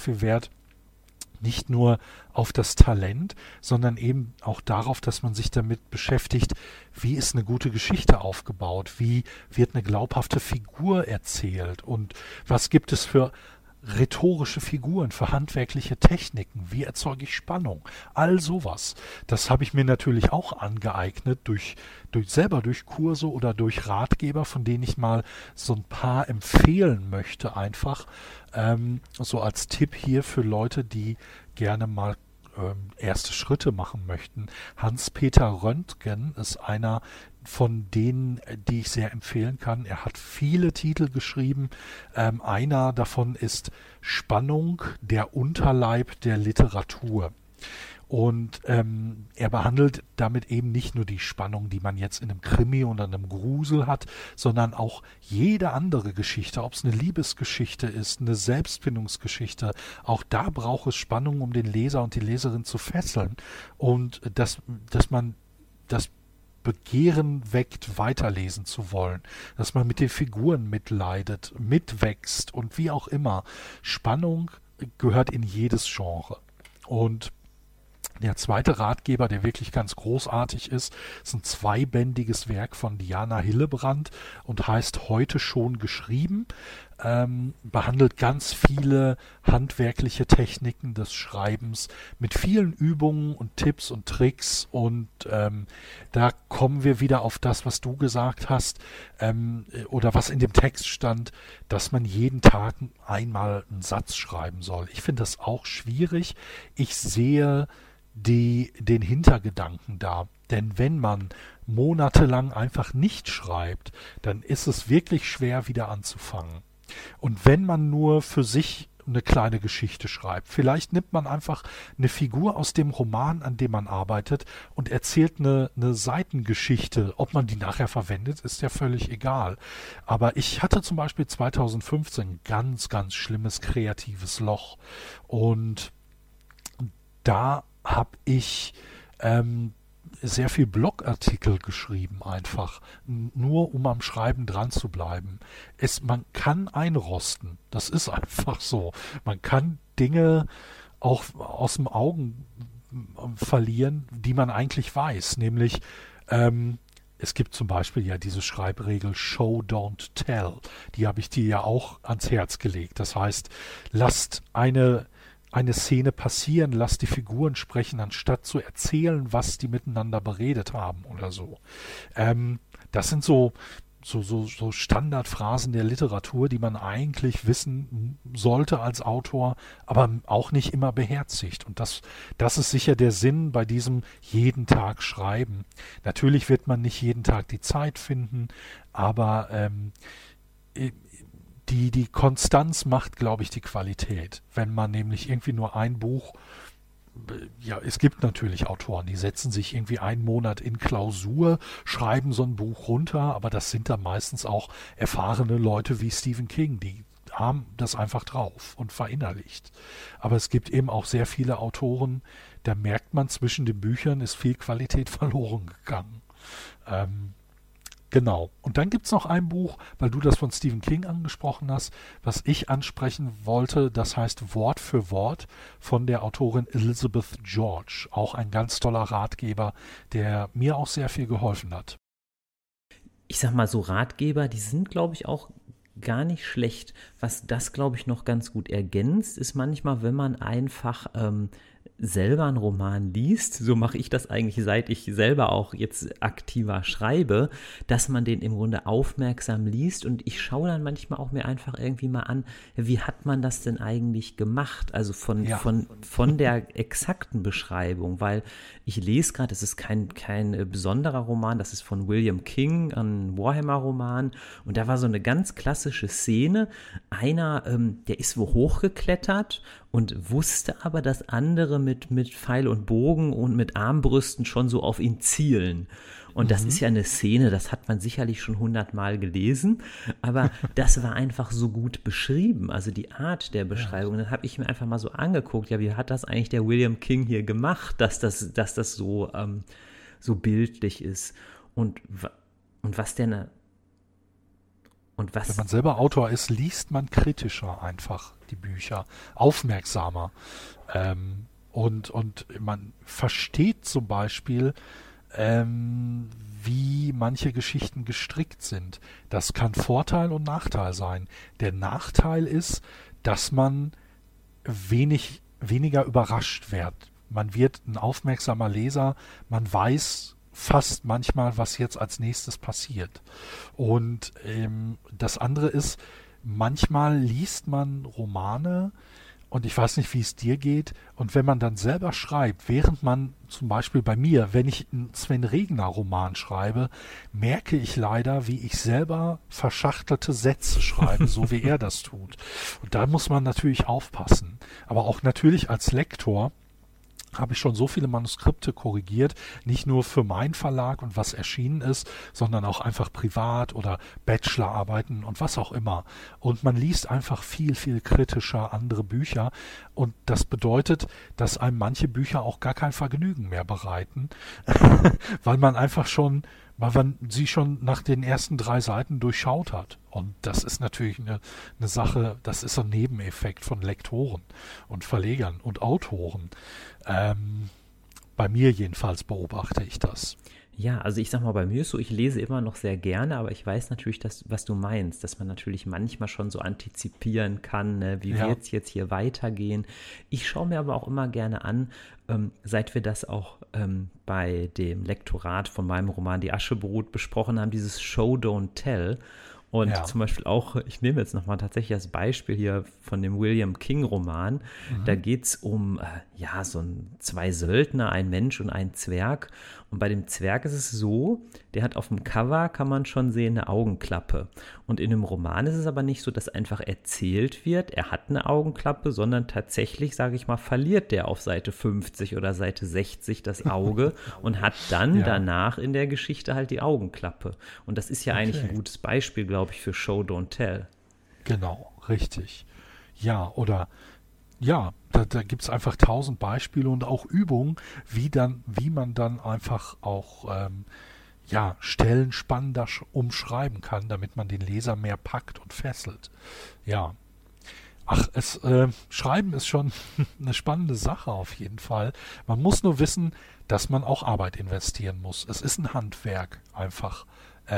Speaker 2: nicht nur auf das Talent, sondern eben auch darauf, dass man sich damit beschäftigt, wie ist eine gute Geschichte aufgebaut, wie wird eine glaubhafte Figur erzählt und was gibt es für rhetorische Figuren, für handwerkliche Techniken, wie erzeuge ich Spannung, all sowas. Das habe ich mir natürlich auch angeeignet durch Kurse oder durch Ratgeber, von denen ich mal so ein paar empfehlen möchte einfach, so als Tipp hier für Leute, die gerne mal erste Schritte machen möchten. Hans-Peter Röntgen ist einer von denen, die ich sehr empfehlen kann. Er hat viele Titel geschrieben. Einer davon ist Spannung, der Unterleib der Literatur. Und er behandelt damit eben nicht nur die Spannung, die man jetzt in einem Krimi oder einem Grusel hat, sondern auch jede andere Geschichte, ob es eine Liebesgeschichte ist, eine Selbstfindungsgeschichte. Auch da braucht es Spannung, um den Leser und die Leserin zu fesseln. Und dass man das Begehren weckt, weiterlesen zu wollen, dass man mit den Figuren mitleidet, mitwächst und wie auch immer. Spannung gehört in jedes Genre. Und Der zweite Ratgeber, der wirklich ganz großartig ist ein zweibändiges Werk von Diana Hillebrand und heißt Heute schon geschrieben. Behandelt ganz viele handwerkliche Techniken des Schreibens mit vielen Übungen und Tipps und Tricks und da kommen wir wieder auf das, was du gesagt hast oder was in dem Text stand, dass man jeden Tag einmal einen Satz schreiben soll. Ich finde das auch schwierig. Ich sehe den Hintergedanken da. Denn wenn man monatelang einfach nicht schreibt, dann ist es wirklich schwer wieder anzufangen. Und wenn man nur für sich eine kleine Geschichte schreibt, vielleicht nimmt man einfach eine Figur aus dem Roman, an dem man arbeitet und erzählt eine Seitengeschichte. Ob man die nachher verwendet, ist ja völlig egal. Aber ich hatte zum Beispiel 2015 ein ganz, ganz schlimmes kreatives Loch und da habe ich sehr viel Blogartikel geschrieben, einfach nur um am Schreiben dran zu bleiben. Man kann einrosten, das ist einfach so. Man kann Dinge auch aus dem Augen verlieren, die man eigentlich weiß, nämlich es gibt zum Beispiel ja diese Schreibregel Show, don't tell. Die habe ich dir ja auch ans Herz gelegt. Das heißt, lasst eine Szene passieren, lasst die Figuren sprechen, anstatt zu erzählen, was die miteinander beredet haben oder so. Das sind so Standardphrasen der Literatur, die man eigentlich wissen sollte als Autor, aber auch nicht immer beherzigt. Und das ist sicher der Sinn bei diesem jeden Tag Schreiben. Natürlich wird man nicht jeden Tag die Zeit finden, aber die Konstanz macht, glaube ich, die Qualität. Wenn man nämlich irgendwie nur ein Buch, ja, es gibt natürlich Autoren, die setzen sich irgendwie einen Monat in Klausur, schreiben so ein Buch runter, aber das sind dann meistens auch erfahrene Leute wie Stephen King, die haben das einfach drauf und verinnerlicht. Aber es gibt eben auch sehr viele Autoren, da merkt man, zwischen den Büchern ist viel Qualität verloren gegangen. Genau. Und dann gibt es noch ein Buch, weil du das von Stephen King angesprochen hast, was ich ansprechen wollte, das heißt Wort für Wort von der Autorin Elizabeth George. Auch ein ganz toller Ratgeber, der mir auch sehr viel geholfen hat.
Speaker 1: Ich sag mal so, Ratgeber, die sind, glaube ich, auch gar nicht schlecht. Was das, glaube ich, noch ganz gut ergänzt, ist manchmal, wenn man einfach selber einen Roman liest, so mache ich das eigentlich, seit ich selber auch jetzt aktiver schreibe, dass man den im Grunde aufmerksam liest und ich schaue dann manchmal auch mir einfach irgendwie mal an, wie hat man das denn eigentlich gemacht, also von der exakten Beschreibung, weil ich lese gerade, es ist kein besonderer Roman, das ist von William King, ein Warhammer-Roman und da war so eine ganz klassische Szene, einer, der ist wo hochgeklettert und wusste aber, dass andere mit Pfeil und Bogen und mit Armbrüsten schon so auf ihn zielen. Und das ist ja eine Szene, das hat man sicherlich schon 100-mal gelesen, aber das war einfach so gut beschrieben, also die Art der Beschreibung. Dann habe ich mir einfach mal so angeguckt, ja, wie hat das eigentlich der William King hier gemacht, dass das so bildlich ist. Und was der
Speaker 2: wenn man selber Autor ist, liest man kritischer einfach die Bücher, aufmerksamer. Und man versteht zum Beispiel, wie manche Geschichten gestrickt sind. Das kann Vorteil und Nachteil sein. Der Nachteil ist, dass man weniger überrascht wird. Man wird ein aufmerksamer Leser, man weiß fast manchmal, was jetzt als nächstes passiert. Und das andere ist, manchmal liest man Romane und ich weiß nicht, wie es dir geht, und wenn man dann selber schreibt, während man zum Beispiel bei mir, wenn ich einen Sven Regner Roman schreibe, merke ich leider, wie ich selber verschachtelte Sätze schreibe, so wie er das tut. Und da muss man natürlich aufpassen. Aber auch natürlich als Lektor habe ich schon so viele Manuskripte korrigiert, nicht nur für meinen Verlag und was erschienen ist, sondern auch einfach privat oder Bachelorarbeiten und was auch immer. Und man liest einfach viel, viel kritischer andere Bücher und das bedeutet, dass einem manche Bücher auch gar kein Vergnügen mehr bereiten, weil man sie schon nach den ersten 3 Seiten durchschaut hat. Und das ist natürlich eine Sache, das ist ein Nebeneffekt von Lektoren und Verlegern und Autoren. Bei mir jedenfalls beobachte ich das.
Speaker 1: Ja, also ich sag mal, bei mir ist so, ich lese immer noch sehr gerne, aber ich weiß natürlich, was du meinst, dass man natürlich manchmal schon so antizipieren kann, ne? Wie
Speaker 2: Ja.
Speaker 1: wird es jetzt hier weitergehen. Ich schaue mir aber auch immer gerne an, seit wir das auch bei dem Lektorat von meinem Roman Die Aschebrut besprochen haben, dieses Show, Don't Tell. Und
Speaker 2: Ja.
Speaker 1: zum Beispiel auch, ich nehme jetzt nochmal tatsächlich das Beispiel hier von dem William King-Roman. Da geht es um zwei Söldner, ein Mensch und ein Zwerg. Und bei dem Zwerg ist es so, der hat auf dem Cover, kann man schon sehen, eine Augenklappe. Und in dem Roman ist es aber nicht so, dass einfach erzählt wird, er hat eine Augenklappe, sondern tatsächlich, sage ich mal, verliert der auf Seite 50 oder Seite 60 das Auge und hat dann danach in der Geschichte halt die Augenklappe. Und das ist ja eigentlich ein gutes Beispiel, glaube ich, für Show, Don't Tell.
Speaker 2: Genau, richtig. Ja, oder da gibt es einfach 1000 Beispiele und auch Übungen, wie man dann einfach auch Stellen spannender umschreiben kann, damit man den Leser mehr packt und fesselt. Ja. Ach, Schreiben ist schon eine spannende Sache auf jeden Fall. Man muss nur wissen, dass man auch Arbeit investieren muss. Es ist ein Handwerk einfach.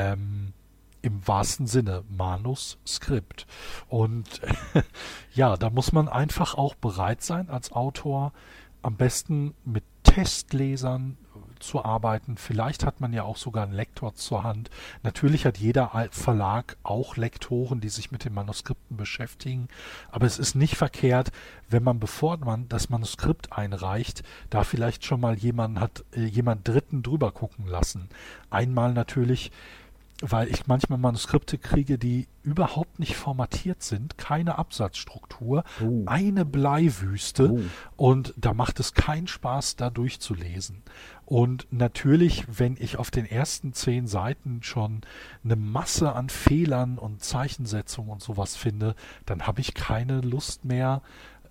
Speaker 2: Im wahrsten Sinne, Manuskript. Und da muss man einfach auch bereit sein, als Autor am besten mit Testlesern zu arbeiten. Vielleicht hat man ja auch sogar einen Lektor zur Hand. Natürlich hat jeder Verlag auch Lektoren, die sich mit den Manuskripten beschäftigen. Aber es ist nicht verkehrt, wenn man, bevor man das Manuskript einreicht, da vielleicht schon mal jemand Dritten drüber gucken lassen. Einmal natürlich, weil ich manchmal Manuskripte kriege, die überhaupt nicht formatiert sind, keine Absatzstruktur, eine Bleiwüste und da macht es keinen Spaß, da durchzulesen. Und natürlich, wenn ich auf den ersten 10 Seiten schon eine Masse an Fehlern und Zeichensetzung und sowas finde, dann habe ich keine Lust mehr,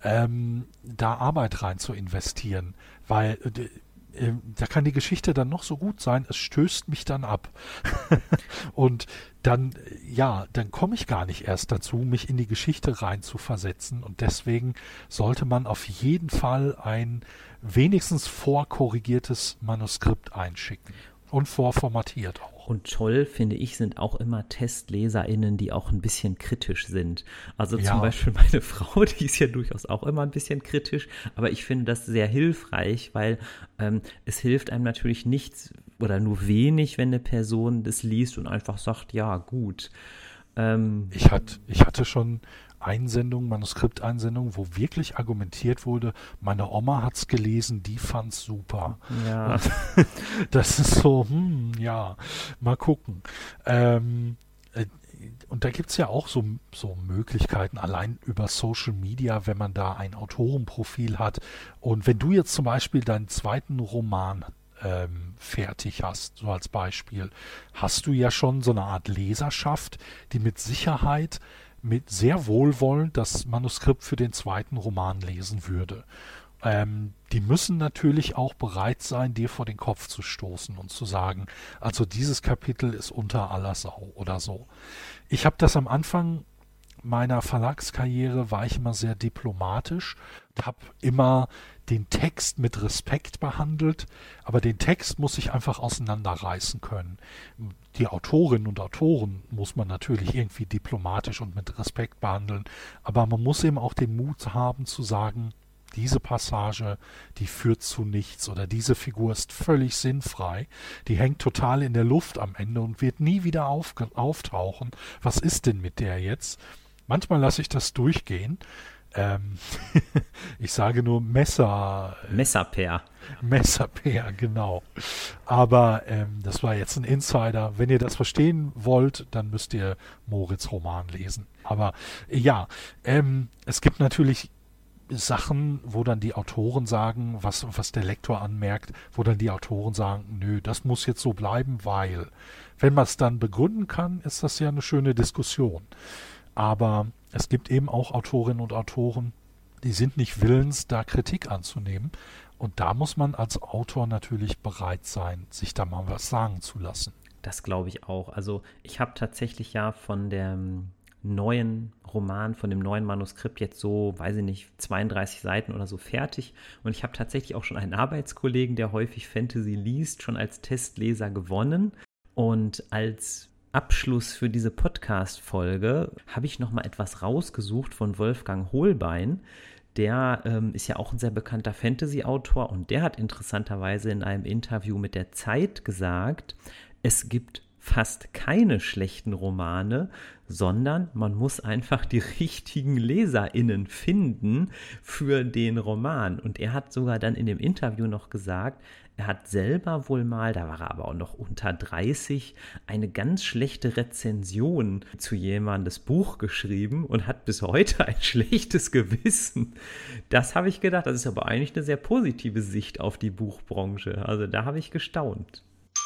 Speaker 2: da Arbeit rein zu investieren, weil da kann die Geschichte dann noch so gut sein, es stößt mich dann ab. Und dann komme ich gar nicht erst dazu, mich in die Geschichte rein zu versetzen. Und deswegen sollte man auf jeden Fall ein wenigstens vorkorrigiertes Manuskript einschicken und vorformatiert auch.
Speaker 1: Und toll, finde ich, sind auch immer TestleserInnen, die auch ein bisschen kritisch sind. Also zum Beispiel meine Frau, die ist ja durchaus auch immer ein bisschen kritisch, aber ich finde das sehr hilfreich, weil es hilft einem natürlich nichts oder nur wenig, wenn eine Person das liest und einfach sagt, ja, gut.
Speaker 2: Ich hatte schon Manuskripteinsendungen, wo wirklich argumentiert wurde, meine Oma hat's gelesen, die fand's super.
Speaker 1: Ja.
Speaker 2: Und das ist so, mal gucken. Und da gibt's ja auch so Möglichkeiten, allein über Social Media, wenn man da ein Autorenprofil hat. Und wenn du jetzt zum Beispiel deinen zweiten Roman fertig hast, so als Beispiel, hast du ja schon so eine Art Leserschaft, die mit Sicherheit mit sehr wohlwollend das Manuskript für den zweiten Roman lesen würde. Die müssen natürlich auch bereit sein, dir vor den Kopf zu stoßen und zu sagen, also dieses Kapitel ist unter aller Sau oder so. Ich habe das am Anfang meiner Verlagskarriere, war ich immer sehr diplomatisch, habe immer den Text mit Respekt behandelt, aber den Text muss ich einfach auseinanderreißen können. Die Autorinnen und Autoren muss man natürlich irgendwie diplomatisch und mit Respekt behandeln, aber man muss eben auch den Mut haben zu sagen, diese Passage, die führt zu nichts oder diese Figur ist völlig sinnfrei, die hängt total in der Luft am Ende und wird nie wieder auftauchen. Was ist denn mit der jetzt? Manchmal lasse ich das durchgehen. Ich sage nur
Speaker 1: Messerpair,
Speaker 2: genau. Aber das war jetzt ein Insider. Wenn ihr das verstehen wollt, dann müsst ihr Moritz' Roman lesen. Aber es gibt natürlich Sachen, wo dann die Autoren sagen, was der Lektor anmerkt, wo dann die Autoren sagen, nö, das muss jetzt so bleiben, weil. Wenn man es dann begründen kann, ist das ja eine schöne Diskussion. Aber es gibt eben auch Autorinnen und Autoren, die sind nicht willens, da Kritik anzunehmen. Und da muss man als Autor natürlich bereit sein, sich da mal was sagen zu lassen.
Speaker 1: Das glaube ich auch. Also ich habe tatsächlich ja von der neuen Roman, von dem neuen Manuskript jetzt so, weiß ich nicht, 32 Seiten oder so fertig. Und ich habe tatsächlich auch schon einen Arbeitskollegen, der häufig Fantasy liest, schon als Testleser gewonnen. Und als Abschluss für diese Podcast-Folge habe ich nochmal etwas rausgesucht von Wolfgang Hohlbein. Der ist ja auch ein sehr bekannter Fantasy-Autor und der hat interessanterweise in einem Interview mit der Zeit gesagt, es gibt fast keine schlechten Romane, sondern man muss einfach die richtigen LeserInnen finden für den Roman. Und er hat sogar dann in dem Interview noch gesagt, er hat selber wohl mal, da war er aber auch noch unter 30, eine ganz schlechte Rezension zu jemandes Buch geschrieben und hat bis heute ein schlechtes Gewissen. Das habe ich gedacht, das ist aber eigentlich eine sehr positive Sicht auf die Buchbranche. Also da habe ich gestaunt.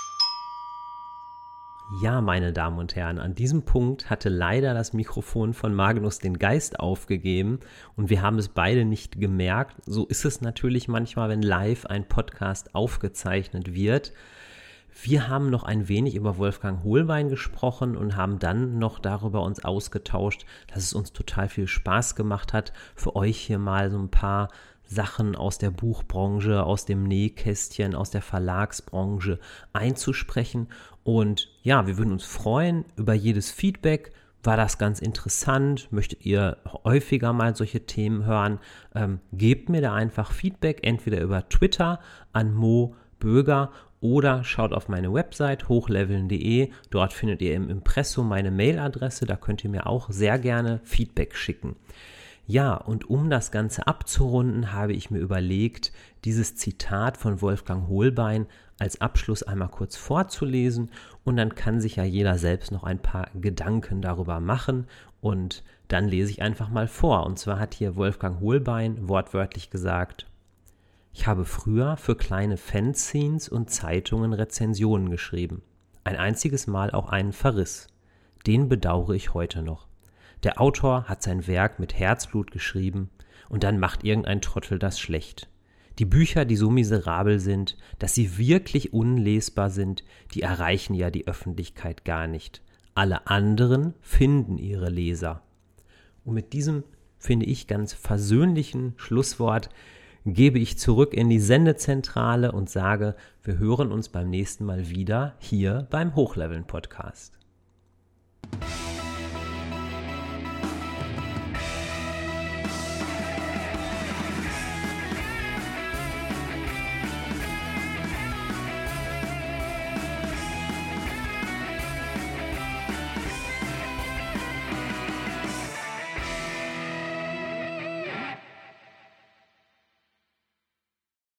Speaker 1: Ja, meine Damen und Herren, an diesem Punkt hatte leider das Mikrofon von Magnus den Geist aufgegeben und wir haben es beide nicht gemerkt. So ist es natürlich manchmal, wenn live ein Podcast aufgezeichnet wird. Wir haben noch ein wenig über Wolfgang Hohlbein gesprochen und haben dann noch darüber uns ausgetauscht, dass es uns total viel Spaß gemacht hat, für euch hier mal so ein paar Sachen aus der Buchbranche, aus dem Nähkästchen, aus der Verlagsbranche einzusprechen. Und ja, wir würden uns freuen über jedes Feedback. War das ganz interessant? Möchtet ihr häufiger mal solche Themen hören? Gebt mir da einfach Feedback, entweder über Twitter an Mo Böger oder schaut auf meine Website hochleveln.de. Dort findet ihr im Impressum meine Mailadresse. Da könnt ihr mir auch sehr gerne Feedback schicken. Ja, und um das Ganze abzurunden, habe ich mir überlegt, dieses Zitat von Wolfgang Hohlbein als Abschluss einmal kurz vorzulesen und dann kann sich ja jeder selbst noch ein paar Gedanken darüber machen und dann lese ich einfach mal vor. Und zwar hat hier Wolfgang Hohlbein wortwörtlich gesagt: Ich habe früher für kleine Fanzines und Zeitungen Rezensionen geschrieben. Ein einziges Mal auch einen Verriss. Den bedauere ich heute noch. Der Autor hat sein Werk mit Herzblut geschrieben und dann macht irgendein Trottel das schlecht. Die Bücher, die so miserabel sind, dass sie wirklich unlesbar sind, die erreichen ja die Öffentlichkeit gar nicht. Alle anderen finden ihre Leser. Und mit diesem, finde ich, ganz versöhnlichen Schlusswort gebe ich zurück in die Sendezentrale und sage, wir hören uns beim nächsten Mal wieder hier beim Hochleveln-Podcast.